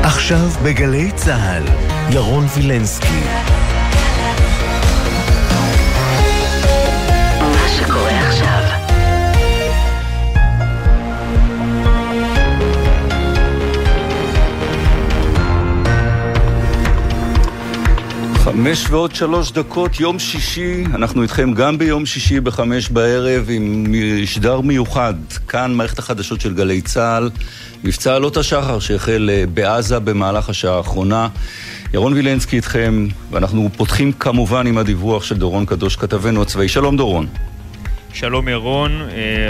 עכשיו בגלי צהל, ירון וילנסקי. מה שקורה עכשיו. חמש ועוד 3 דקות, יום שישי, אנחנו איתכם גם ביום שישי ב5 בערב עם משדר מיוחד, כאן מערכת החדשות של גלי צהל, מבצע עלות השחר שהחל בעזה במהלך השעה האחרונה. ירון וילנסקי איתכם, ואנחנו פותחים כמובן עם הדיווח של דורון קדוש, כתבנו הצבאי. שלום דורון. שלום ירון,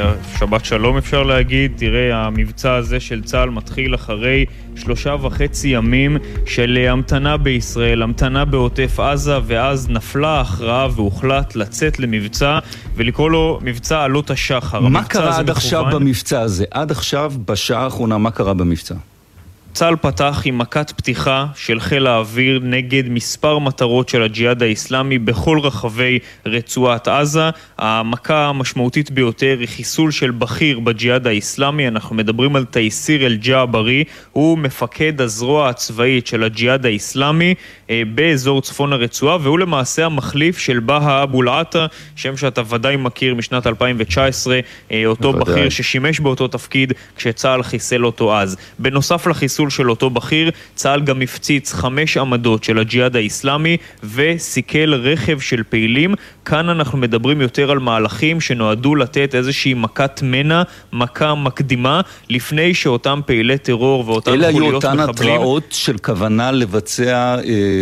שבת שלום אפשר להגיד. תראה, המבצע הזה של צה"ל מתחיל אחרי 3.5 ימים של המתנה בישראל, המתנה בעוטף עזה, ואז נפלה הכרעה והוחלט לצאת למבצע ולקרוא לו מבצע עלות השחר. מה קרה עד עכשיו במבצע הזה? עד עכשיו, בשעה האחרונה, מה קרה במבצע? צה"ל פתח עם מכת פתיחה של חיל האוויר נגד מספר מטרות של הג'יהאד האסלאמי בכל רחבי רצועת עזה. המכה המשמעותית ביותר היא חיסול של בכיר בג'יהאד האסלאמי. אנחנו מדברים על תייסיר אל-ג'עברי, הוא מפקד הזרוע הצבאית של הג'יהאד האסלאמי באזור צפון הרצועה, והוא למעשה המחליף של בהא אבו אל-עטה, שם שאתה ודאי מכיר משנת 2019, אותו בכיר ששימש באותו תפקיד כשצה"ל חיסל אותו אז. בנוסף לחיסול של אותו בכיר, צה"ל גם הפציץ 5 עמדות של הג'יהאד האסלאמי וסיכל רכב של פעילים. כאן אנחנו מדברים יותר על מהלכים שנועדו לתת איזושהי מכת מנע, מכה מקדימה, לפני שאותם פעילי טרור ואותם חוליות מחבלים... אלה היו אותן התראות של כוונה לבצע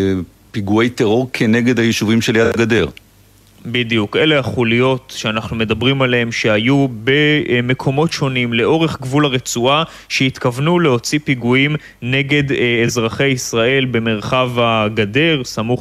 פיגועי טרור כנגד היישובים של יד הגדר. בדיוק, אלה החוליות שאנחנו מדברים עליהם שהיו במקומות שונים לאורך גבול הרצועה, שהתכוונו להוציא פיגועים נגד אזרחי ישראל במרחב הגדר, סמוך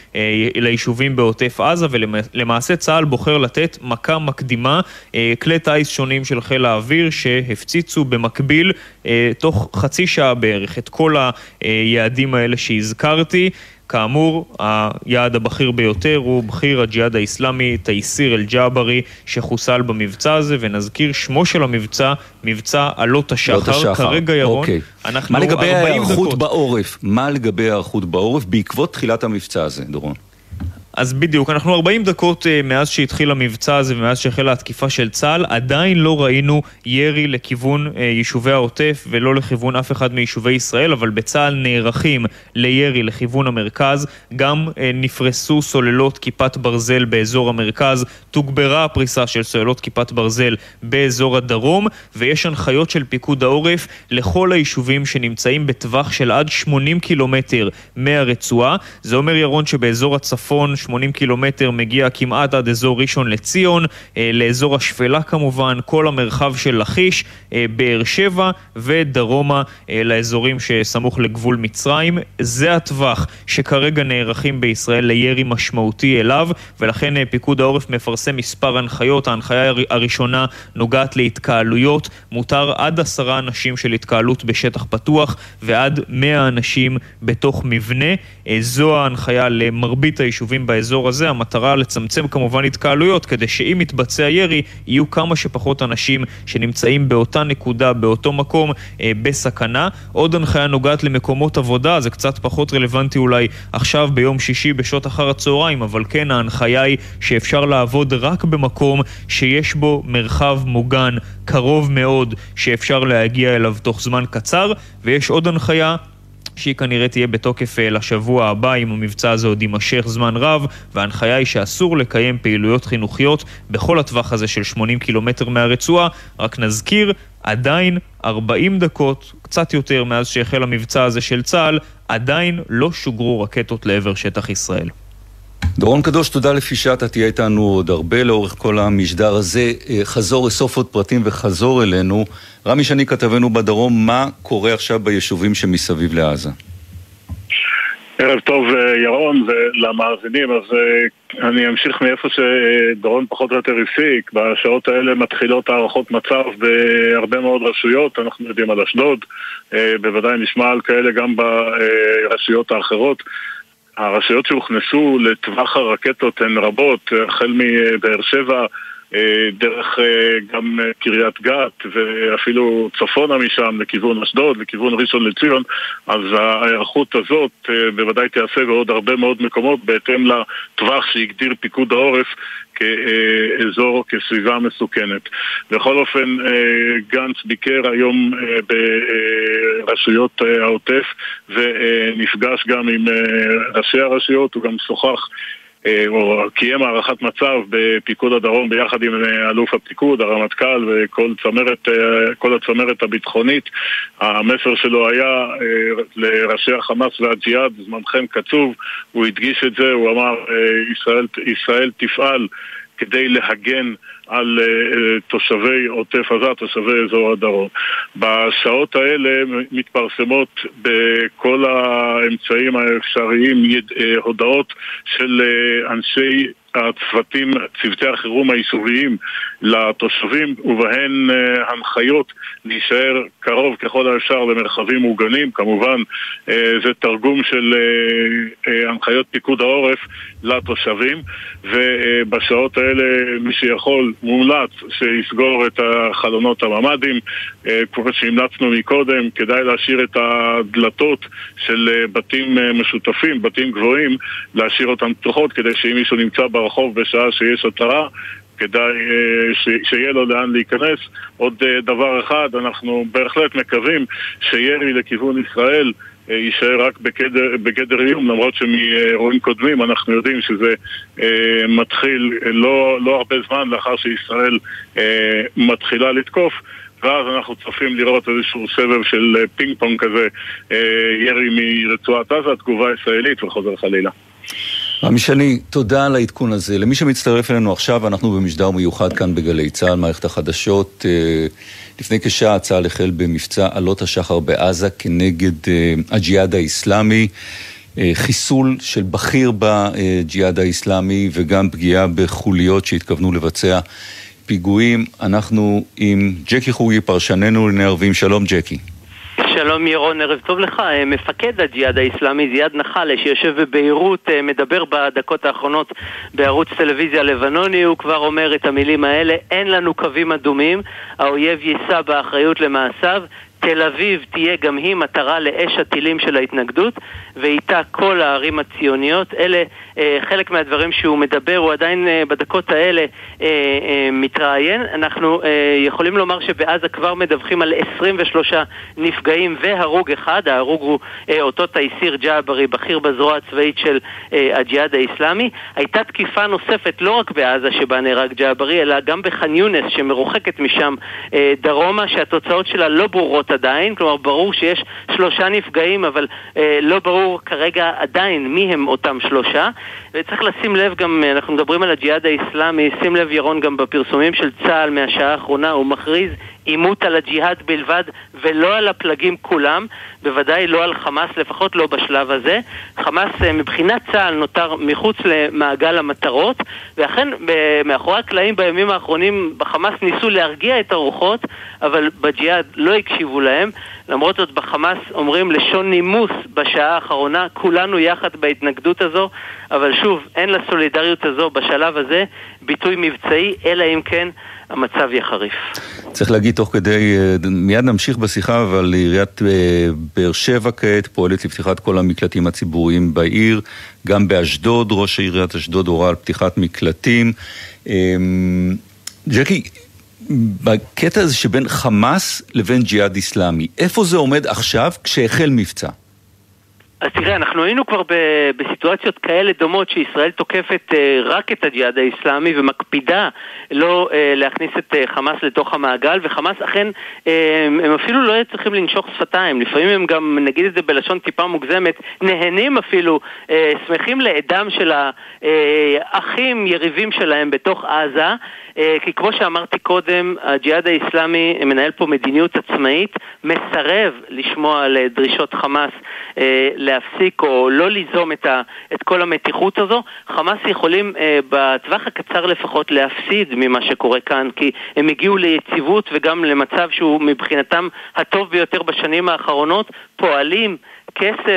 ליישובים בעוטף עזה, ולמעשה צה"ל בוחר לתת מכה מקדימה, כלי טייס שונים של חיל האוויר שהפציצו במקביל תוך חצי שעה בערך את כל היעדים האלה שהזכרתי. כאמור, היעד הבכיר ביותר הוא בכיר הג'יהאד האסלאמי תייסיר אל-ג'עברי שחוסל במבצע הזה, ונזכיר שמו של המבצע, מבצע עלות השחר. כרגע ירון, אנחנו מה לגבי ההיערכות בעורף? מה לגבי ההיערכות בעורף בעקבות תחילת המבצע הזה, דורון? אז בדיוק, אנחנו 40 דקות מאז שהתחיל המבצע הזה ומאז שהחלה התקיפה של צה"ל, עדיין לא ראינו ירי לכיוון יישובי העוטף ולא לכיוון אף אחד מיישובי ישראל, אבל בצה"ל נערכים לירי לכיוון המרכז, גם נפרסו סוללות כיפת ברזל באזור המרכז, תוגברה הפריסה של סוללות כיפת ברזל באזור הדרום, ויש הנחיות של פיקוד העורף לכל היישובים שנמצאים בטווח של עד 80 קילומטר מהרצועה. זה אומר ירון שבאזור הצפון 80 קילומטר מגיע כמעט עד אזור ראשון לציון, לאזור השפלה כמובן, כל המרחב של לכיש, באר שבע ודרומה לאזורים שסמוך לגבול מצרים. זה הטווח שכרגע נערכים בישראל לירי משמעותי אליו, ולכן פיקוד העורף מפרסם מספר הנחיות. ההנחיה הראשונה נוגעת להתקהלויות, מותר עד 10 אנשים של התקהלות בשטח פתוח ועד 100 אנשים בתוך מבנה. זו ההנחיה למרבית היישובים באזור הזה. המטרה לצמצם כמובן התקהלויות, כדי שאם מתבצע ירי יהיו כמה שפחות אנשים שנמצאים באותה נקודה, באותו מקום, בסכנה. עוד הנחיה נוגעת למקומות עבודה, זה קצת פחות רלוונטי אולי עכשיו ביום שישי בשעות אחר הצהריים, אבל כן ההנחיה היא שאפשר לעבוד רק במקום שיש בו מרחב מוגן קרוב מאוד שאפשר להגיע אליו תוך זמן קצר. ויש עוד הנחיה שהיא כנראה תהיה בתוקף לשבוע הבא, אם המבצע הזה עוד יימשך זמן רב, וההנחיה היא שאסור לקיים פעילויות חינוכיות בכל הטווח הזה של 80 קילומטר מהרצועה. רק נזכיר, עדיין 40 דקות, קצת יותר מאז שהחל המבצע הזה של צה"ל, עדיין לא שוגרו רקטות לעבר שטח ישראל. דורון קדוש, תודה לפי שאתה תהיה איתנו עוד הרבה לאורך כל המשדר הזה. חזור, אסוף עוד פרטים וחזור אלינו. רמי שני, כתבנו בדרום, מה קורה עכשיו ביישובים שמסביב לעזה? ערב טוב ירון ולמאזינים. אז אני אמשיך מאיפה שדורון פחות או יותר הסיק. בשעות האלה מתחילות הערכות מצב בהרבה מאוד רשויות. אנחנו יודעים על אשדוד, בוודאי נשמע על כאלה גם ברשויות האחרות. הרשויות שהוכנסו לטווח הרקטות הן רבות, החל מבאר שבע, דרך גם קריית גת ואפילו צפונה משם לכיוון אשדוד, לכיוון ראשון לציון, אז ההיערכות הזאת בוודאי תיעשה בעוד הרבה מאוד מקומות בהתאם לטווח שהגדיר פיקוד העורף כאזור, כסביבה מסוכנת. בכל אופן, גנץ ביקר היום ברשויות העוטף ונפגש גם עם ראשי הרשויות, הוא גם שוחח או קיים הערכת מצב בפיקוד הדרום ביחד עם אלוף הפיקוד, הרמטכ"ל וכל הצמרת הביטחונית. המסר שלו היה לראשי החמאס והג'יהאד, זמנכם קצוב, הוא הדגיש את זה, הוא אמר ישראל תפעל כדי להגן על תושבי עוטף עזה, תושבי אזור הדרום. בשעות האלה מתפרסמות בכל האמצעים האפשריים הודעות של אנשי הצוותים, צוותי החירום היישוביים לתושבים, ובהן הנחיות להישאר קרוב ככל האפשר למרחבים מוגנים. כמובן זה תרגום של הנחיות פיקוד העורף לתושבים, ובשעות האלה מי שיכול מומלץ שיסגור את החלונות הממ"דים, כמו שהמלצנו מקודם, כדאי להשאיר את הדלתות של בתים משותפים, בתים גבוהים, להשאיר אותם פתוחות כדי שאם מישהו נמצא ברחוב בשעה שיש התראה, כדאי שיהיה לו לאן להיכנס. עוד דבר אחד, אנחנו בהחלט מקווים שירי לכיוון ישראל יישאר רק בגדר איום, למרות שמאירועים קודמים אנחנו יודעים שזה מתחיל לא הרבה זמן לאחר שישראל מתחילה לתקוף, ואז אנחנו צופים לראות איזשהו סבב של פינג פונג כזה, ירי מרצועת עזה, תגובה ישראלית וחוזר חלילה. רמי שני, תודה על העדכון הזה. למי שמצטרף אלינו עכשיו, אנחנו במשדר מיוחד כאן בגלי צה"ל, מערכת החדשות. לפני כשעה צה"ל החל במבצע עלות השחר בעזה כנגד הג'יהאד האסלאמי, חיסול של בכיר בג'יהאד האסלאמי וגם פגיעה בחוליות שהתכוונו לבצע פיגועים. אנחנו עם ג'קי חוגי, פרשננו לענייני ערבים. שלום ג'קי. שלום ירון, ערב טוב לך. מפקד הג'יהאד האסלאמי זיאד נחלה שיושב בביירות מדבר בדקות האחרונות בערוץ טלוויזיה לבנוני, הוא כבר אומר את המילים האלה: אין לנו קווים אדומים, האויב יישא באחריות למעשיו, תל אביב תהיה גם היא מטרה לאש הטילים של ההתנגדות, ואיתה כל הערים הציוניות. אלה חלק מהדברים שהוא מדבר, הוא עדיין בדקות האלה מתראיין. אנחנו יכולים לומר שבעזה כבר מדווחים על 23 נפגעים והרוג אחד. ההרוג הוא אותו תייסיר ג'עברי, בכיר בזרוע הצבאית של הג'יהאד האסלאמי. הייתה תקיפה נוספת לא רק בעזה שבה נהרג ג'עברי, אלא גם בח'אן יונס שמרוחקת משם דרומה, שהתוצאות שלה לא ברורות עדיין. כלומר ברור שיש 3 נפגעים, אבל לא ברור כרגע עדיין מי הם אותם 3. וצריך לשים לב גם, אנחנו מדברים על הג'יהאד האסלאמי, שים לב ירון, גם בפרסומים של צה"ל מהשעה האחרונה הוא מכריז אימות על הג'יהאד בלבד ולא על הפלגים כולם, בוודאי לא על חמאס, לפחות לא בשלב הזה. חמאס מבחינת צה"ל נותר מחוץ למעגל המטרות, ואכן מאחורי הקלעים בימים האחרונים בחמאס ניסו להרגיע את הרוחות, אבל בג'יהאד לא הקשיבו להם. למרות זאת בחמאס אומרים לשון נימוס בשעה האחרונה, כולנו יחד בהתנגדות הזו, אבל שוב, אין לסולידריות הזו בשלב הזה ביטוי מבצעי, אלא אם כן המצב יחריף. צריך להגיד תוך כדי, מיד נמשיך בשיחה, אבל עיריית באר שבע כעת פועלת לפתיחת כל המקלטים הציבוריים בעיר, גם באשדוד, ראש עיריית אשדוד הורה על פתיחת מקלטים. ג'קי, בקטע הזה שבין חמאס לבין ג'יהאד אסלאמי, איפה זה עומד עכשיו כשהחל מבצע? אז תראה, אנחנו היינו כבר בסיטואציות כאלה דומות שישראל תוקפת רק את הג'יהאד האסלאמי ומקפידה לא להכניס את חמאס לתוך המעגל, וחמאס אכן הם אפילו לא צריכים לנשוך שפתיים, לפעמים הם גם, נגיד את זה בלשון טיפה מוגזמת, נהנים אפילו, שמחים לעדם של האחים יריבים שלהם בתוך עזה, כי כמו שאמרתי קודם, הג'יהאד האסלאמי מנהל פה מדיניות עצמאית, מסרב לשמוע על דרישות חמאס להפסיק או לא ליזום את כל המתיחות הזו. חמאס יכולים בטווח הקצר לפחות להפסיד ממה שקורה כאן, כי הם הגיעו ליציבות וגם למצב שהוא מבחינתם הטוב ביותר בשנים האחרונות, פועלים, כסף,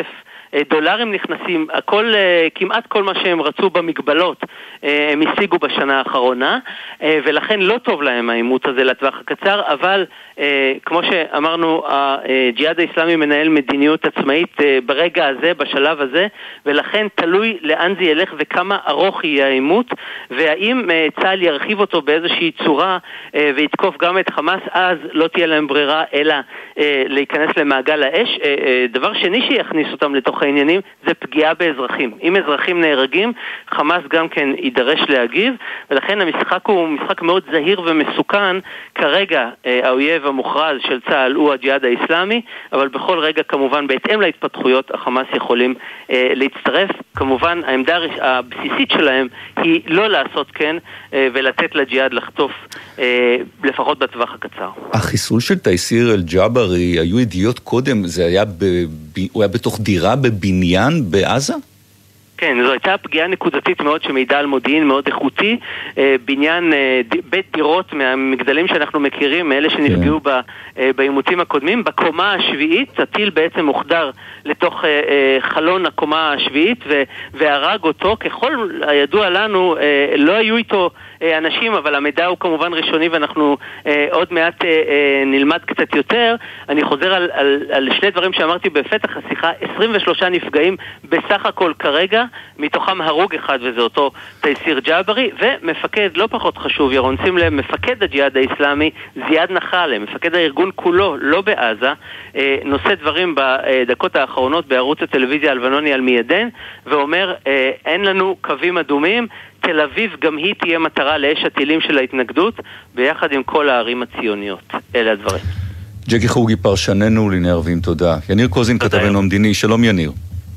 דולרים נכנסים, הכל, כמעט כל מה שהם רצו במגבלות הם השיגו בשנה האחרונה, ולכן לא טוב להם האימות הזה לטווח הקצר, אבל כמו שאמרנו, הג'יהאד האסלאמי מנהל מדיניות עצמאית ברגע הזה, בשלב הזה, ולכן תלוי לאן זה ילך וכמה ארוך יהיה האימות, והאם צה"ל ירחיב אותו באיזושהי צורה ויתקוף גם את חמאס, אז לא תהיה להם ברירה אלא להיכנס למעגל האש. דבר שני שיכניס אותם לתוך העניינים זה פגיעה באזרחים. אם אזרחים נהרגים, חמאס גם כן יידרש להגיב, ולכן המשחק הוא משחק מאוד זהיר ומסוכן. כרגע האויב המוכרז של צה"ל הוא הג'יהאד האסלאמי, אבל בכל רגע כמובן בהתאם להתפתחויות החמאס יכולים להצטרף. כמובן העמדה הבסיסית שלהם היא לא לעשות כן ולתת לג'יהאד לחטוף לפחות בטווח הקצר. החיסול של תייסיר אל-ג'אברי, היו ידיעות קודם, הוא היה בתוך דירה בבניין בעזה? כן, זו הייתה פגיעה נקודתית מאוד שמעידה על מודיעין מאוד איכותי, בניין בית דירות מהמגדלים שאנחנו מכירים, מאלה שנפגעו באימותים הקודמים. בקומה השביעית, הטיל בעצם מוחדר לתוך חלון הקומה השביעית והרג אותו. ככל הידוע לנו, לא היו איתו אנשים, אבל המידע הוא כמובן ראשוני ואנחנו עוד מעט נלמד קצת יותר. אני חוזר על שני דברים שאמרתי בפתח השיחה, 23 נפגעים בסך הכל כרגע, מתוכם הרוג אחד וזה אותו תייסיר ג'אברי, ומפקד לא פחות חשוב, ירון, שים לב, מפקד הג'יהאד האסלאמי זיאד נחלה, מפקד הארגון כולו, לא בעזה, נושא דברים בדקות האחרונות בערוץ הטלוויזיה הלבנוני על מיידן, ואומר אין לנו קווים אדומים, תל אביב גם היא תהיה מטרה לאש הטילים של ההתנגדות, ביחד עם כל הערים הציוניות. אלה הדברים. ג'קי חוגי, פרשננו לענייני ערבים, תודה. יניר קוזין, כתבנו המדיני, שלום יניר.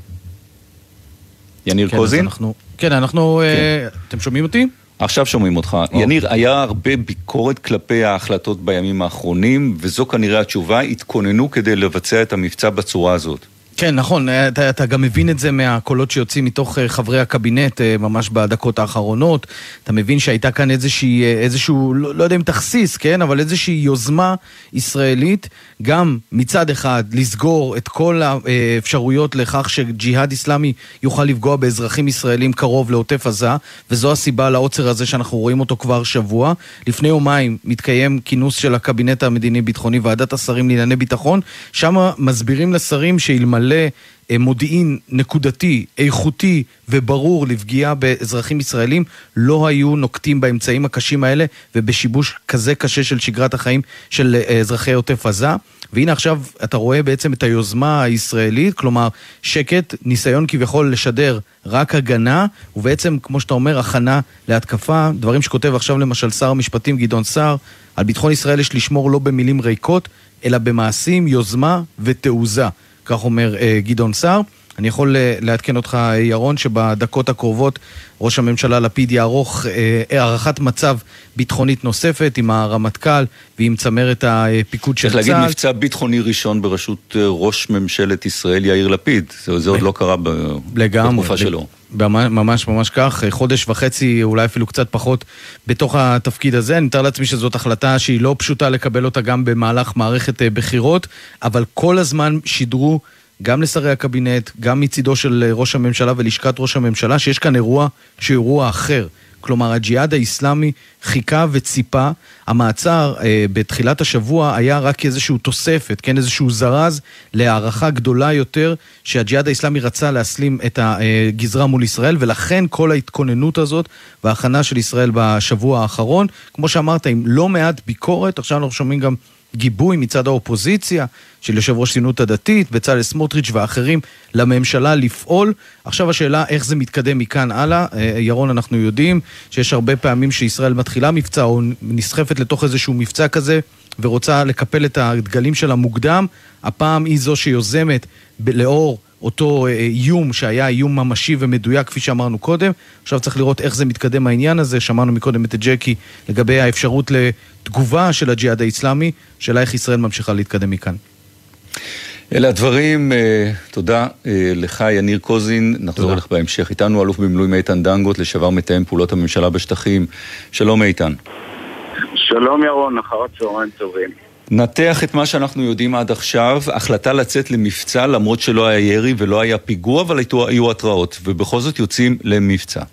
יניר קוזין? כן, אתם שומעים אותי? עכשיו שומעים אותך. יניר, היה הרבה ביקורת כלפי ההחלטות בימים האחרונים, וזו כנראה התשובה, התכוננו כדי לבצע את המבצע בצורה הזאת. כן, נכון, אתה גם מבין את זה מהקולות שיוצאים מתוך חברי הקבינט ממש בדקות האחרונות. אתה מבין שהייתה כאן איזשהו, לא יודע אם תכסיס, כן, אבל איזושהי יוזמה ישראלית, גם מצד אחד לסגור את כל האפשרויות לכך שג'יהאד אסלאמי יוכל לפגוע באזרחים ישראלים קרוב לעוטף עזה, וזו הסיבה לעוצר הזה שאנחנו רואים אותו כבר שבוע. לפני יומיים מתקיים כינוס של הקבינט המדיני-ביטחוני, ועדת השרים לענייני ביטחון, שם מסבירים לשרים שאלמלא מודיעין נקודתי, איכותי וברור לפגיעה באזרחים ישראלים, לא היו נוקטים באמצעים הקשים האלה ובשיבוש כזה קשה של שגרת החיים של אזרחי עוטף עזה. והנה עכשיו אתה רואה בעצם את היוזמה הישראלית, כלומר שקט, ניסיון כביכול לשדר רק הגנה, ובעצם כמו שאתה אומר הכנה להתקפה, דברים שכותב עכשיו למשל שר המשפטים גדעון סער, על ביטחון ישראל יש לשמור לא במילים ריקות, אלא במעשים, יוזמה ותעוזה. כך אומר גדעון סער. אני יכול לעדכן אותך, ירון, שבדקות הקרובות ראש הממשלה לפיד יערוך הערכת מצב ביטחונית נוספת עם הרמטכ"ל ועם צמרת הפיקוד של צה"ל. צריך להגיד מבצע ביטחוני ראשון בראשות ראש ממשלת ישראל יאיר לפיד. זה עוד לא קרה בתקופה שלו. ממש ממש כך, חודש וחצי, אולי אפילו קצת פחות בתוך התפקיד הזה. אני מתאר לעצמי שזאת החלטה שהיא לא פשוטה לקבל אותה גם במהלך מערכת בחירות, אבל כל הזמן שידרו גם לשרי הקבינט, גם מצידו של ראש הממשלה ולשכת ראש הממשלה, שיש כאן אירוע שהוא אירוע אחר. כלומר, הג'יהאד האסלאמי חיכה וציפה. המעצר בתחילת השבוע היה רק איזשהו תוספת, כן, איזשהו זרז להערכה גדולה יותר שהג'יהאד האסלאמי רצה להסלים את הגזרה מול ישראל, ולכן כל ההתכוננות הזאת וההכנה של ישראל בשבוע האחרון, כמו שאמרת, עם לא מעט ביקורת, עכשיו אנחנו שומעים גם גיבוי מצד האופוזיציה של יושב ראש ציונות הדתית, בצלאל סמוטריץ' ואחרים לממשלה לפעול. עכשיו השאלה איך זה מתקדם מכאן הלאה. ירון, אנחנו יודעים שיש הרבה פעמים שישראל מתחילה מבצע או נסחפת לתוך איזשהו מבצע כזה ורוצה לקפל את הדגלים שלה מוקדם. הפעם היא זו שיוזמת לאור אותו איום שהיה איום ממשי ומדויק כפי שאמרנו קודם. עכשיו צריך לראות איך זה מתקדם העניין הזה. שמענו מקודם את ג'קי לגבי האפשרות לתגובה של הג'יהאד האסלאמי, שאלה איך ישראל ממשיכה להתקדם מכאן. אלה הדברים, תודה לך יניר קוזין, נחזור לך בהמשך. איתנו אלוף במילואים איתן דנגוט, לשעבר מתאם פעולות הממשלה בשטחים. שלום איתן. שלום ירון, אחר הצהריים טובים. נתח את מה שאנחנו יודעים עד עכשיו, החלטה לצאת למבצע למרות שלא היה ירי ולא היה פיגוע, אבל היו התראות, ובכל זאת יוצאים למבצע.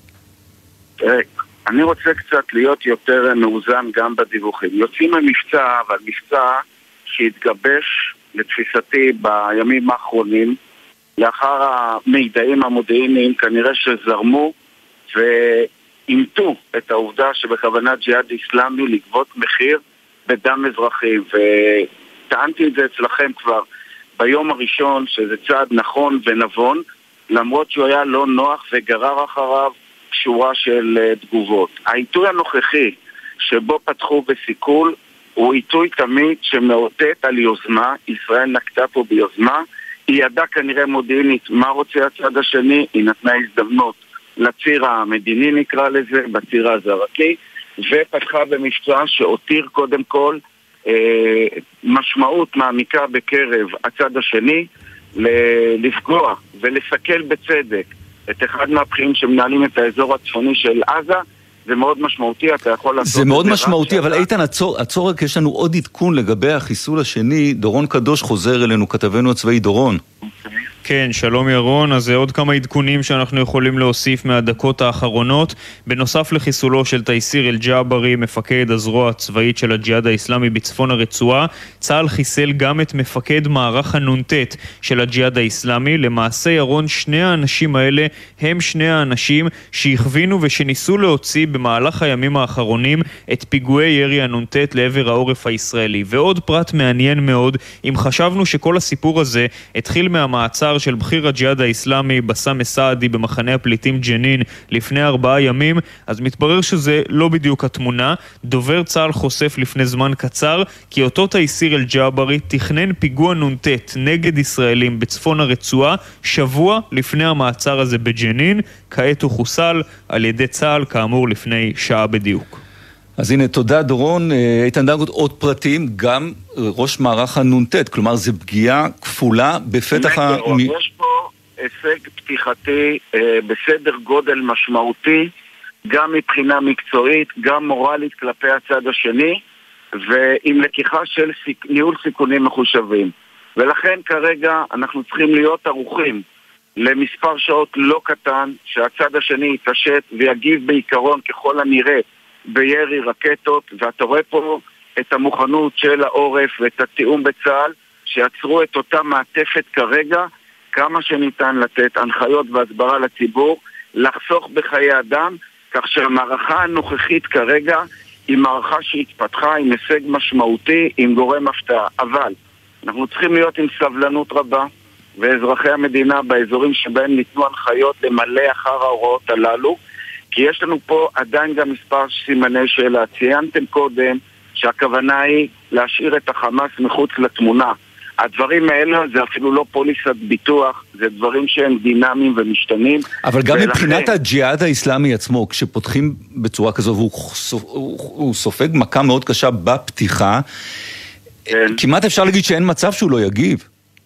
אני רוצה קצת להיות יותר מאוזן גם בדיווחים. יוצאים למבצע, אבל מבצע שהתגבש לתפיסתי בימים האחרונים, לאחר המידעים המודיעיניים כנראה שזרמו ואימתו את העובדה שבכוונת ג'יהאד אסלאמי לגבות מחיר בדם אזרחים, וטענתי את זה אצלכם כבר ביום הראשון שזה צעד נכון ונבון, למרות שהוא היה לא נוח וגרר אחריו שורה של תגובות. העיתוי הנוכחי שבו פתחו בסיכול הוא עיתוי תמיד שמאותת על יוזמה. ישראל נקטה פה ביוזמה, היא ידעה כנראה מודיעינית מה רוצה הצד השני, היא נתנה הזדמנות לציר המדיני נקרא לזה, בציר הזרקי, ופתחה במבצע שהותיר קודם כל משמעות מעמיקה בקרב הצד השני לפגוע ולסכל בצדק את אחד מהבחירים שמנהלים את האזור הצפוני של עזה. זה מאוד משמעותי, אתה יכול לעשות את זה. זה מאוד משמעותי, אבל איתן, עצור רק, יש לנו עוד עדכון לגבי החיסול השני. דורון קדוש חוזר אלינו, כתבנו הצבאי דורון. כן, שלום ירון, אז עוד כמה עדכונים שאנחנו יכולים להוסיף מהדקות האחרונות. בנוסף לחיסולו של תייסיר אל-ג'עברי, מפקד הזרוע הצבאית של הג'יהאד האסלאמי בצפון הרצועה, צה"ל חיסל גם את מפקד מערך הנונטט של הג'יהאד האסלאמי. למעשה ירון, שני האנשים האלה הם שני האנשים שהכווינו ושניסו להוציא במהלך הימים האחרונים את פיגועי ירי הנונטט לעבר העורף הישראלי. ועוד פרט מעניין מאוד, אם חשבנו שכל הסיפור הזה התחיל מהמעצר של בכיר הג'יהאד האסלאמי בסאם סעדי במחנה הפליטים ג'נין לפני 4 ימים, אז מתברר שזה לא בדיוק התמונה. דובר צה"ל חושף לפני זמן קצר כי אותו תייסיר אל-ג'עברי תכנן פיגוע נונטט נגד ישראלים בצפון הרצועה שבוע לפני המעצר הזה בג'נין. כעת הוא חוסל על ידי צה"ל כאמור לפני שעה בדיוק. אז הנה, תודה דורון. איתן דגות, עוד פרטים, גם ראש מערך הנונטט, כלומר זה פגיעה כפולה בפתח יש פה הישג פתיחתי בסדר גודל משמעותי, גם מבחינה מקצועית, גם מורלית כלפי הצד השני, ועם לקיחה של ניהול סיכונים מחושבים. ולכן כרגע אנחנו צריכים להיות ערוכים למספר שעות לא קטן, שהצד השני יתעשת ויגיב בעיקרון ככל הנראה בירי רקטות, ואתה רואה פה את המוכנות של העורף ואת התיאום בצה"ל שיצרו את אותה מעטפת כרגע, כמה שניתן לתת הנחיות והסברה לציבור, לחסוך בחיי אדם, כך שהמערכה הנוכחית כרגע היא מערכה שהתפתחה עם הישג משמעותי, עם גורם הפתעה. אבל אנחנו צריכים להיות עם סבלנות רבה, ואזרחי המדינה באזורים שבהם ניתנו הנחיות למלא אחר ההוראות הללו, כי יש לנו פה עדיין גם מספר סימני שאלה. ציינתם קודם שהכוונה היא להשאיר את החמאס מחוץ לתמונה. הדברים האלה זה אפילו לא פוליסת ביטוח, זה דברים שהם דינמיים ומשתנים. אבל גם מבחינת הג'יהאד האסלאמי עצמו, כשפותחים בצורה כזו והוא סופג מכה מאוד קשה בפתיחה, כמעט אפשר להגיד שאין מצב שהוא לא יגיב.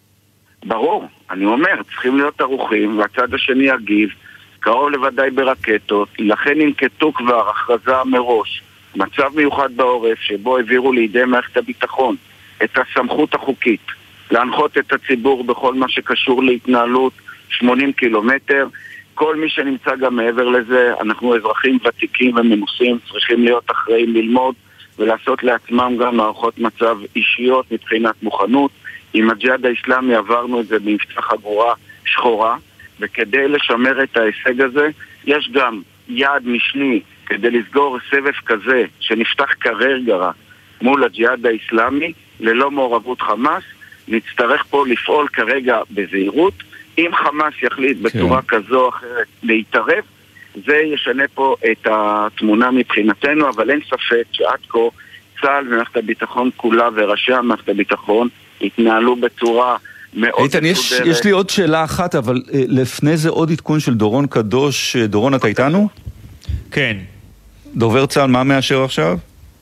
ברור, אני אומר, צריכים להיות ערוכים והצד השני יגיב, קרוב לוודאי ברקטות. לכן ינקטו כבר הכרזה מראש, מצב מיוחד בעורף שבו העבירו לידי מערכת הביטחון את הסמכות החוקית להנחות את הציבור בכל מה שקשור להתנהלות 80 קילומטר. כל מי שנמצא גם מעבר לזה, אנחנו אזרחים ותיקים ומנוסים, צריכים להיות אחראים ללמוד ולעשות לעצמם גם מערכות מצב אישיות מבחינת מוכנות. עם הג'יהאד האסלאמי עברנו את זה במבצע חגורה שחורה, וכדי לשמר את ההישג הזה יש גם יעד משני כדי לסגור סבב כזה שנפתח כרגע מול הג'יהאד האסלאמי ללא מעורבות חמאס. נצטרך פה לפעול כרגע בזהירות. אם חמאס יחליט בצורה כזו או אחרת להתערב, זה ישנה פה את התמונה מבחינתנו, אבל אין ספק שעד כה צה"ל ומערכת הביטחון כולה וראשי מערכת הביטחון התנהלו בצורה מאוד איתן, יש לי עוד שאלה אחת, אבל לפני זה עוד עדכון של דורון קדוש. דורון, אתה איתנו? כן. דובר צה"ל, מה מאשר עכשיו?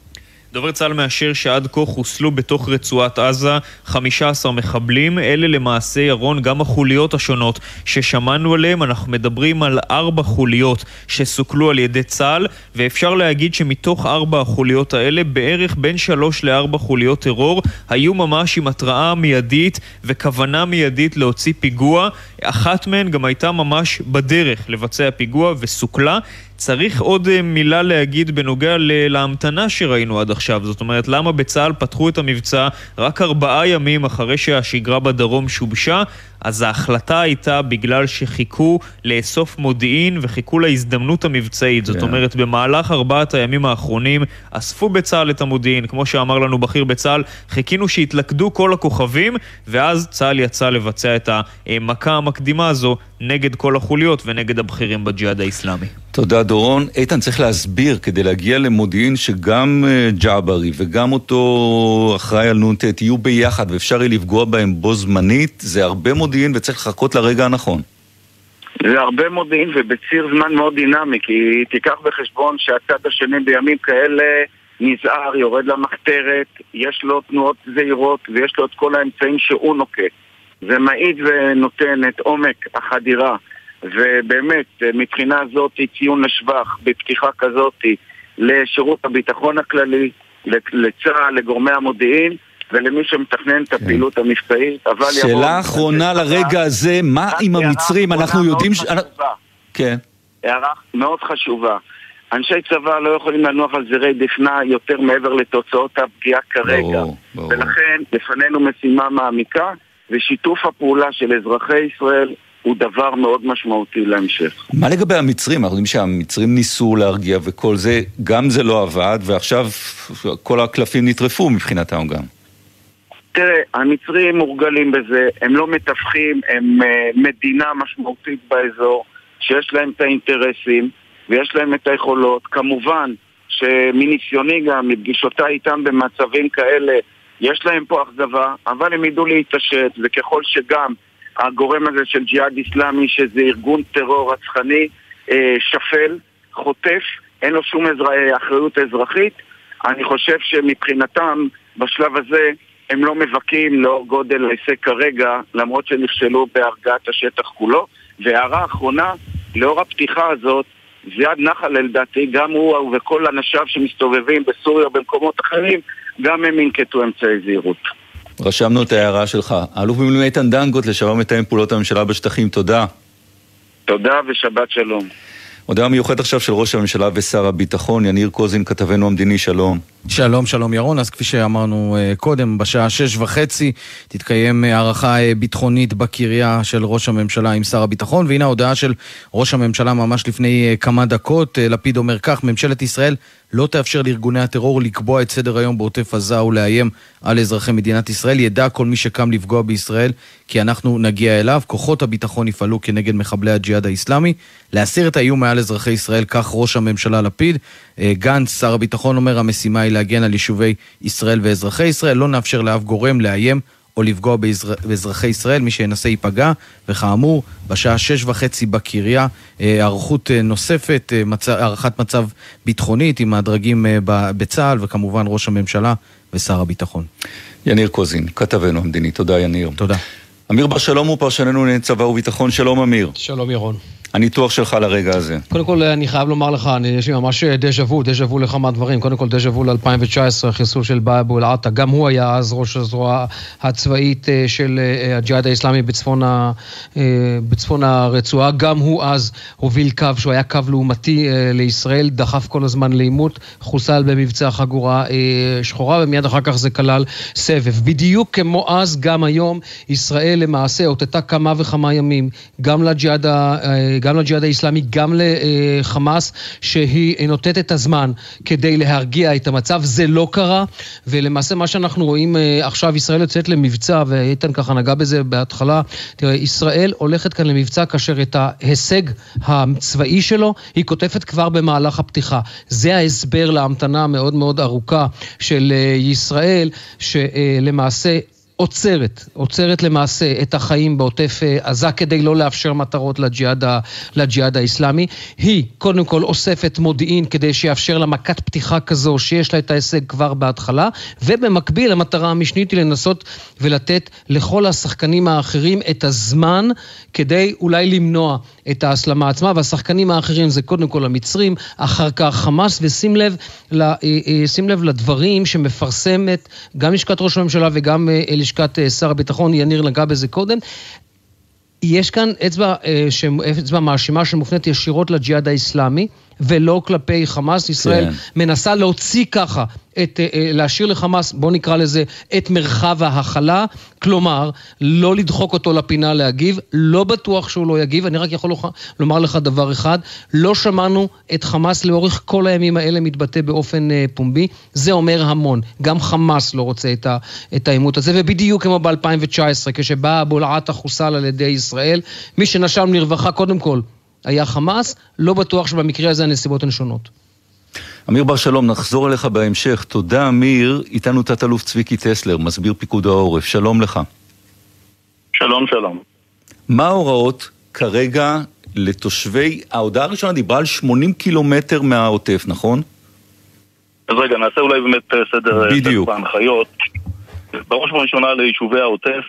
דובר צה"ל מאשר שעד כה חוסלו בתוך רצועת עזה 15 מחבלים. אלה למעשה, ירון, גם החוליות השונות ששמענו עליהם. אנחנו מדברים על 4 חוליות שסוכלו על ידי צה"ל, ואפשר להגיד שמתוך 4 החוליות האלה בערך בין 3 ל-4 חוליות טרור היו ממש עם התראה מיידית וכוונה מיידית להוציא פיגוע. אחת מהן גם הייתה ממש בדרך לבצע פיגוע וסוכלה. צריך עוד מילה להגיד בנוגע להמתנה שראינו עד עכשיו. זאת אומרת, למה בצה"ל פתחו את המבצע רק 4 ימים אחרי שהשגרה בדרום שובשה? אז ההחלטה הייתה בגלל שחיכו לאסוף מודיעין וחיכו להזדמנות המבצעית. זאת אומרת, במהלך 4 הימים האחרונים אספו בצה"ל את המודיעין. כמו שאמר לנו בכיר בצה"ל, חיכינו שהתלכדו כל הכוכבים, ואז צה"ל יצא לבצע את המכה המקדימה הזו נגד כל החוליות ונגד הבכירים בג'יהאד האסלאמי. תודה דורון. איתן, צריך להסביר כדי להגיע למודיעין שגם ג'עברי וגם אותו אחראי על נונטט יהיו ביחד ואפשר יהיה לפגוע בהם בו זמנית. זה הרבה מודיעין וצריך לחכות לרגע הנכון. זה הרבה מודיעין ובציר זמן מאוד דינמי, כי תיקח בחשבון שהצד השני בימים כאלה נזהר, יורד למחתרת, יש לו תנועות זהירות ויש לו את כל האמצעים שהוא נוקט. זה מעיד ונותן את עומק החדירה, ובאמת מבחינה הזאת ציון לשבח בפתיחה כזאת לשירות הביטחון הכללי, לצה"ל, לגורמי המודיעין ולמי שמתכנן את הפעילות המבצעית. שאלה אחרונה לרגע הזה, מה עם המצרים? אנחנו יודעים כן. הערה מאוד חשובה. אנשי צבא לא יכולים לנוח על זרי דפנה יותר מעבר לתוצאות הפגיעה כרגע. ולכן לפנינו משימה מעמיקה, ושיתוף הפעולה של אזרחי ישראל הוא דבר מאוד משמעותי להמשך. מה לגבי המצרים? אנחנו יודעים שהמצרים ניסו להרגיע וכל זה, גם זה לא עבד, ועכשיו כל הקלפים נטרפו מבחינתם גם. תראה, המצרים מורגלים בזה, הם לא מתווכים, הם מדינה משמעותית באזור, שיש להם את האינטרסים, ויש להם את היכולות. כמובן שמניסיוני גם, מפגישותיי איתם במצבים כאלה, יש להם פה אכזבה, אבל הם ידעו להתעשת, וככל שגם הגורם הזה של ג'יהאד אסלאמי, שזה ארגון טרור רצחני, שפל, חוטף, אין לו שום אחריות אזרחית, אני חושב שמבחינתם בשלב הזה הם לא מבקים לאור גודל הישג כרגע, למרות שנכשלו בהרגעת השטח כולו. והערה האחרונה, לאור הפתיחה הזאת, זיאד נחל לדעתי, גם הוא וכל אנשיו שמסתובבים בסוריה ובמקומות אחרים, גם הם ינקטו אמצעי זהירות. רשמנו את ההערה שלך. האלוף במילואים איתן דנגוט, לשעבר מתאם פעולות הממשלה בשטחים, תודה. תודה ושבת שלום. הודעה מיוחדת עכשיו של ראש הממשלה ושר הביטחון, יניר קוזין, כתבנו המדיני, שלום. שלום, שלום ירון. אז כפי שאמרנו קודם, בשעה 6:30 תתקיים הערכה ביטחונית בקריה של ראש הממשלה עם שר הביטחון, והנה ההודעה של ראש הממשלה ממש לפני כמה דקות. לפיד אומר כך: ממשלת ישראל לא תאפשר לארגוני הטרור לקבוע את סדר היום בעוטף עזה ולאיים על אזרחי מדינת ישראל. ידע כל מי שקם לפגוע בישראל כי אנחנו נגיע אליו. כוחות הביטחון יפעלו כנגד מחבלי הג'יהאד האסלאמי להסיר את האיום מעל אזרחי ישראל, כך ראש הממשלה לפיד. גנץ, שר הביטחון, אומר המשימה היא להגן על יישובי ישראל ואזרחי ישראל, לא נאפשר לאף גורם לאיים או לפגוע באזרחי ישראל, מי שינסה ייפגע. וכאמור, בשעה 6:30 בקריה, הערכות נוספת, הערכת מצב ביטחונית עם הדרגים בצה"ל, וכמובן ראש הממשלה ושר הביטחון. יניר קוזין, כתבנו המדיני, תודה יניר. תודה. אמיר בר שלום הוא פרשננו לענייני צבא וביטחון, שלום אמיר. שלום ירון. הניתוח שלך לרגע הזה. קודם כל אני חייב לומר לך, יש לי ממש דז'ה-וו לכמה דברים. קודם כל דז'ה-וו ל-2019, החיסול של באבו אל-עטה, גם הוא היה אז ראש הזרוע הצבאית של הג'יהאד האסלאמי בצפון הרצועה, גם הוא אז הוביל קו שהוא היה קו לעומתי לישראל, דחף כל הזמן לעימות, חוסל במבצע חגורה שחורה, ומיד אחר כך זה כלל סבב. בדיוק כמו אז, גם היום, ישראל למעשה הוטטה כמה וכמה ימים, גם לג'יהאד האסלאמי, גם לחמאס, שהיא נותנת את הזמן כדי להרגיע את המצב. זה לא קרה, ולמעשה מה שאנחנו רואים עכשיו, ישראל יוצאת למבצע, ואיתן ככה נגע בזה בהתחלה, תראה, ישראל הולכת כאן למבצע כאשר את ההישג הצבאי שלו היא כותפת כבר במהלך הפתיחה. זה ההסבר להמתנה מאוד מאוד ארוכה של ישראל, שלמעשה עוצרת למעשה את החיים בעוטף עזה כדי לא לאפשר מטרות לג'יהאד האסלאמי. היא קודם כל אוספת מודיעין כדי שיאפשר לה מכת פתיחה כזו שיש לה את ההישג כבר בהתחלה, ובמקביל המטרה המשנית היא לנסות ולתת לכל השחקנים האחרים את הזמן כדי אולי למנוע את ההסלמה עצמה, והשחקנים האחרים זה קודם כל המצרים, אחר כך חמאס, ושים לב לדברים שמפרסמת גם לשכת ראש הממשלה וגם לשכת שר הביטחון, יניר נגע בזה קודם. יש כאן אצבע מאשימה שמופנית ישירות לג'יהאד האסלאמי, ולא כלפי חמאס. ישראל מנסה להוציא ככה, להשאיר לחמאס, בוא נקרא לזה, את מרחב ההכלה, כלומר, לא לדחוק אותו לפינה להגיב, לא בטוח שהוא לא יגיב. אני רק יכול לומר לך דבר אחד, לא שמענו את חמאס לאורך כל הימים האלה מתבטא באופן פומבי, זה אומר המון, גם חמאס לא רוצה את העימות הזה, ובדיוק כמו ב-2019, כשבא אבו אל-עטה חוסל על ידי ישראל, מי שנשם לרווחה קודם כל, היה חמאס, לא בטוח שבמקרה הזה הנסיבות הן שונות. אמיר בר שלום, נחזור אליך בהמשך. תודה אמיר, איתנו תת-אלוף צביקי טסלר, מסביר פיקוד העורף. שלום לך. שלום, שלום. מה ההוראות כרגע לתושבי, ההודעה הראשונה דיברה על 80 קילומטר מהעוטף, נכון? אז רגע, נעשה אולי באמת סדר בהנחיות. בראש ובראשונה ליישובי העוטף,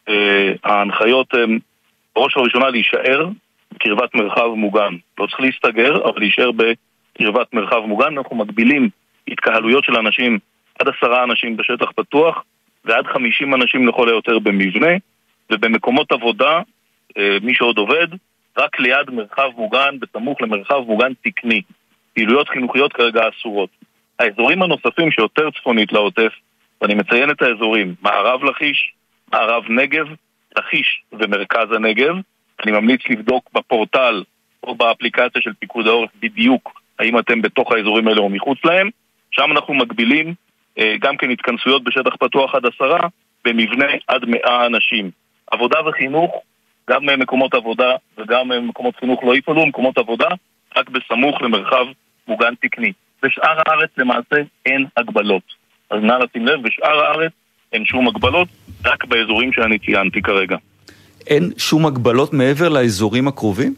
ההנחיות הן בראש ובראשונה להישאר בקרבת מרחב מוגן. לא צריך להסתגר, אבל להישאר בקרבת מרחב מוגן. אנחנו מגבילים התקהלויות של אנשים עד 10 אנשים בשטח פתוח, ועד 50 אנשים לכל היותר במבנה, ובמקומות עבודה, מי שעוד עובד, רק ליד מרחב מוגן, בסמוך למרחב מוגן תקני. פעילויות חינוכיות כרגע אסורות. האזורים הנוספים שיותר צפונית לעוטף, ואני מציין את האזורים, מערב לכיש, מערב נגב, לכיש ומרכז הנגב, אני ממליץ לבדוק בפורטל או באפליקציה של פיקוד העורף בדיוק האם אתם בתוך האזורים האלה או מחוץ להם. שם אנחנו מגבילים גם כן התכנסויות בשטח פתוח עד 10, במבנה עד 100 אנשים. עבודה וחינוך, גם מקומות עבודה וגם מקומות חינוך לא יפעלו, מקומות עבודה רק בסמוך למרחב מוגן תקני. בשאר הארץ למעשה אין הגבלות. אז נא לשים לב, בשאר הארץ אין שום הגבלות, רק באזורים שאני ציינתי כרגע. אין שום הגבלות מעבר לאזורים הקרובים?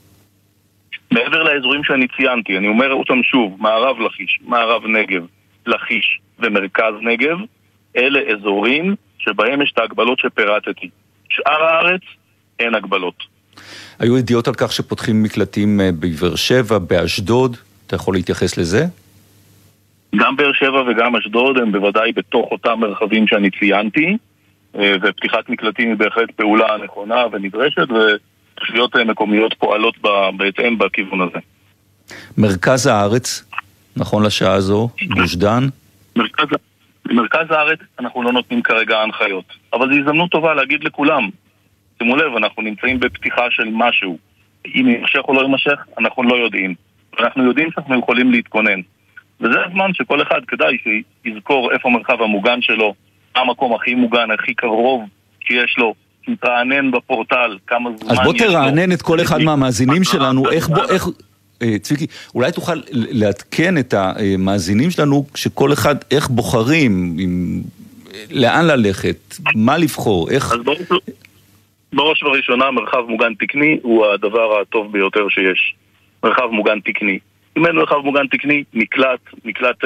מעבר לאזורים שאני ציינתי, אני אומר אותם שוב, מערב לכיש, מערב נגב, לכיש ומרכז נגב, אלה אזורים שבהם יש את ההגבלות שפירטתי. שאר הארץ אין הגבלות. היו ידיעות על כך שפותחים מקלטים בבאר שבע, באשדוד, אתה יכול להתייחס לזה? גם באר שבע וגם אשדוד הם בוודאי בתוך אותם מרחבים שאני ציינתי, ופתיחת מקלטים היא בהחלט פעולה נכונה ונדרשת, ותושביות מקומיות פועלות בהתאם בכיוון הזה. מרכז הארץ, נכון לשעה הזו, גוש דן? מרכז הארץ אנחנו לא נותנים כרגע הנחיות, אבל זו הזדמנות טובה להגיד לכולם, שימו לב, אנחנו נמצאים בפתיחה של משהו, אם יימשך או לא יימשך, אנחנו לא יודעים, ואנחנו יודעים שאנחנו יכולים להתכונן, וזה הזמן שכל אחד כדאי שיזכור איפה מרחב המוגן שלו, המקום הכי מוגן, הכי קרוב שיש לו, תתרענן בפורטל כמה זמן יש לו. אז בוא תרענן את כל אחד מהמאזינים שלנו, צביקי, אולי תוכל לעדכן את המאזינים שלנו, שכל אחד, איך בוחרים, לאן ללכת, מה לבחור, איך... אז בראש ובראשונה, מרחב מוגן תקני הוא הדבר הטוב ביותר שיש. מרחב מוגן תקני. אם אין מרחב מוגן תקני, מקלט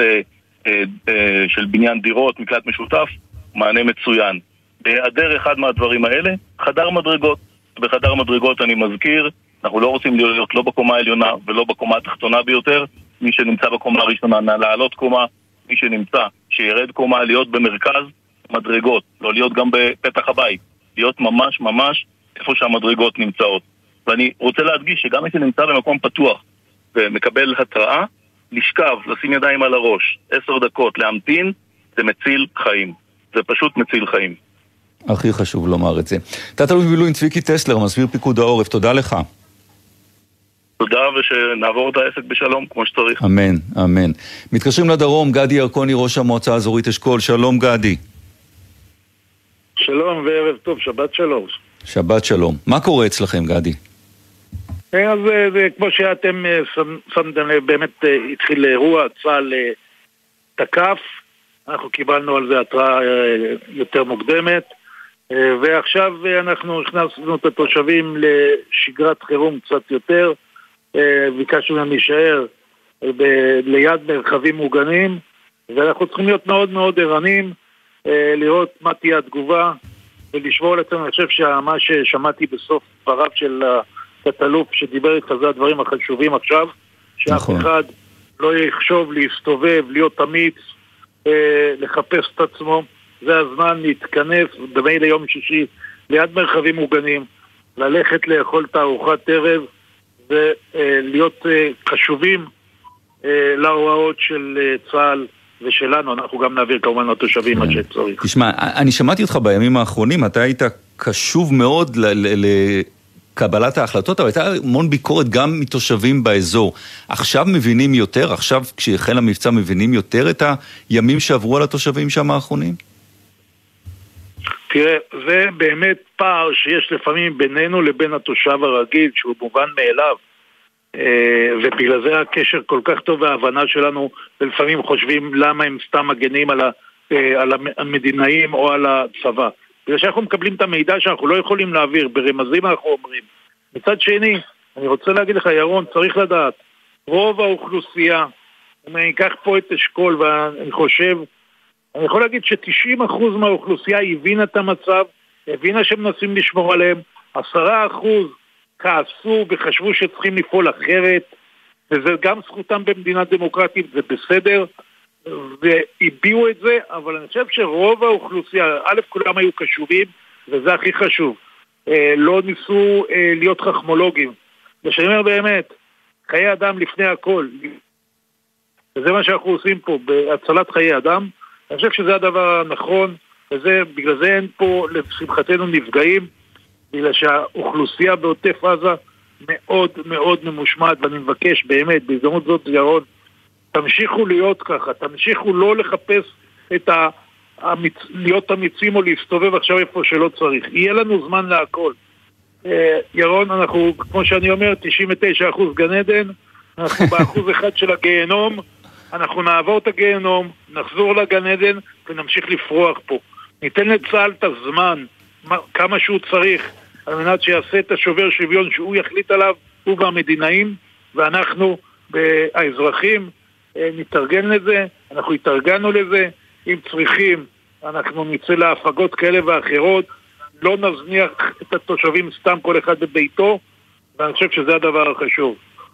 של בניין דירות, מקלט משותף, מענה מצוין. בהיעדר אחד מהדברים האלה, חדר מדרגות. בחדר מדרגות אני מזכיר, אנחנו לא רוצים להיות לא בקומה העליונה ולא בקומה התחתונה ביותר. מי שנמצא בקומה הראשונה נא לעלות קומה, מי שנמצא שירד קומה, להיות במרכז מדרגות, לא להיות גם בפתח הבית, להיות ממש ממש איפה שהמדרגות נמצאות. ואני רוצה להדגיש שגם מי שנמצא במקום פתוח ומקבל התראה, לשכב, לשים ידיים על הראש, 10 דקות להמתין, זה מציל חיים. זה פשוט מציל חיים. הכי חשוב לומר את זה. תת-אלוף במילואים צביקי טסלר, מסביר פיקוד העורף, תודה לך. תודה, ושנעבור את העסק בשלום כמו שצריך. אמן, אמן. מתקשרים לדרום, גדי ירקוני, ראש המועצה האזורית אשכול. שלום גדי. שלום וערב טוב, שבת שלום. שבת שלום. מה קורה אצלכם גדי? אז כמו שאתם שמתם לב, באמת התחיל אירוע, צה"ל תקף, אנחנו קיבלנו על זה התראה יותר מוקדמת, ועכשיו אנחנו הכנסנו את התושבים לשגרת חירום קצת יותר, ביקשנו להם להישאר ליד מרחבים מוגנים, ואנחנו צריכים להיות מאוד מאוד ערניים, לראות מה תהיה התגובה ולשמור על עצמנו. אני חושב שמה ששמעתי בסוף דבריו של תת-אלוף שדיבר איתך זה הדברים החשובים עכשיו, שאף אחד לא יחשוב להסתובב, להיות אמיץ, לחפש את עצמו. זה הזמן להתכנס דמי ליום שישי ליד מרחבים מוגנים, ללכת לאכול את ארוחת ערב ולהיות קשובים להוראות של צה"ל ושלנו. אנחנו גם נעביר כמובן לתושבים מה שצריך. תשמע, אני שמעתי אותך בימים האחרונים, אתה היית קשוב מאוד לקבלת ההחלטות, אבל הייתה המון ביקורת גם מתושבים באזור. עכשיו מבינים יותר? עכשיו כשהחל המבצע מבינים יותר את הימים שעברו על התושבים שם האחרונים? תראה, זה באמת פער שיש לפעמים בינינו לבין התושב הרגיל, שהוא מובן מאליו, ובגלל זה הקשר כל כך טוב וההבנה שלנו, ולפעמים חושבים למה הם סתם מגנים על המדינאים או על הצבא. בגלל שאנחנו מקבלים את המידע שאנחנו לא יכולים להעביר, ברמזים אנחנו אומרים. מצד שני, אני רוצה להגיד לך, ירון, צריך לדעת, רוב האוכלוסייה, אם אני אקח פה את אשכול, ואני חושב, אני יכול להגיד ש90% מהאוכלוסייה הבינה את המצב, הבינה שמנסים לשמור עליהם, 10% כעסו וחשבו שצריכים לפעול אחרת, וזה גם זכותם במדינה דמוקרטית, זה בסדר, והביאו את זה, אבל אני חושב שרוב האוכלוסייה, א' כולם היו קשובים, וזה הכי חשוב, לא ניסו להיות חכמולוגים, ושאני אומר באמת, חיי אדם לפני הכל, וזה מה שאנחנו עושים פה, בהצלת חיי אדם, אני חושב שזה הדבר הנכון, בגלל זה אין פה לשמחתנו נפגעים, בגלל שהאוכלוסייה בעוטף עזה מאוד מאוד ממושמעת, ואני מבקש באמת, בהזדמנות זאת ירון, תמשיכו להיות ככה, תמשיכו לא לחפש להיות אמיצים או להסתובב עכשיו איפה שלא צריך. יהיה לנו זמן להכל. ירון, אנחנו, כמו שאני אומר, 99% גן עדן, אנחנו ב1% של הגיהנום, אנחנו נעבור את הגיהנום, נחזור לגן עדן ונמשיך לפרוח פה. ניתן לצה"ל את הזמן, כמה שהוא צריך, על מנת שיעשה את השובר שוויון שהוא יחליט עליו, הוא והמדינאים, ואנחנו, האזרחים, נתארגן לזה, אנחנו התארגנו לזה, אם צריכים, אנחנו נצא להפגות כאלה ואחרות, לא נזניח את התושבים סתם כל אחד בביתו, ואני חושב שזה הדבר החשוב.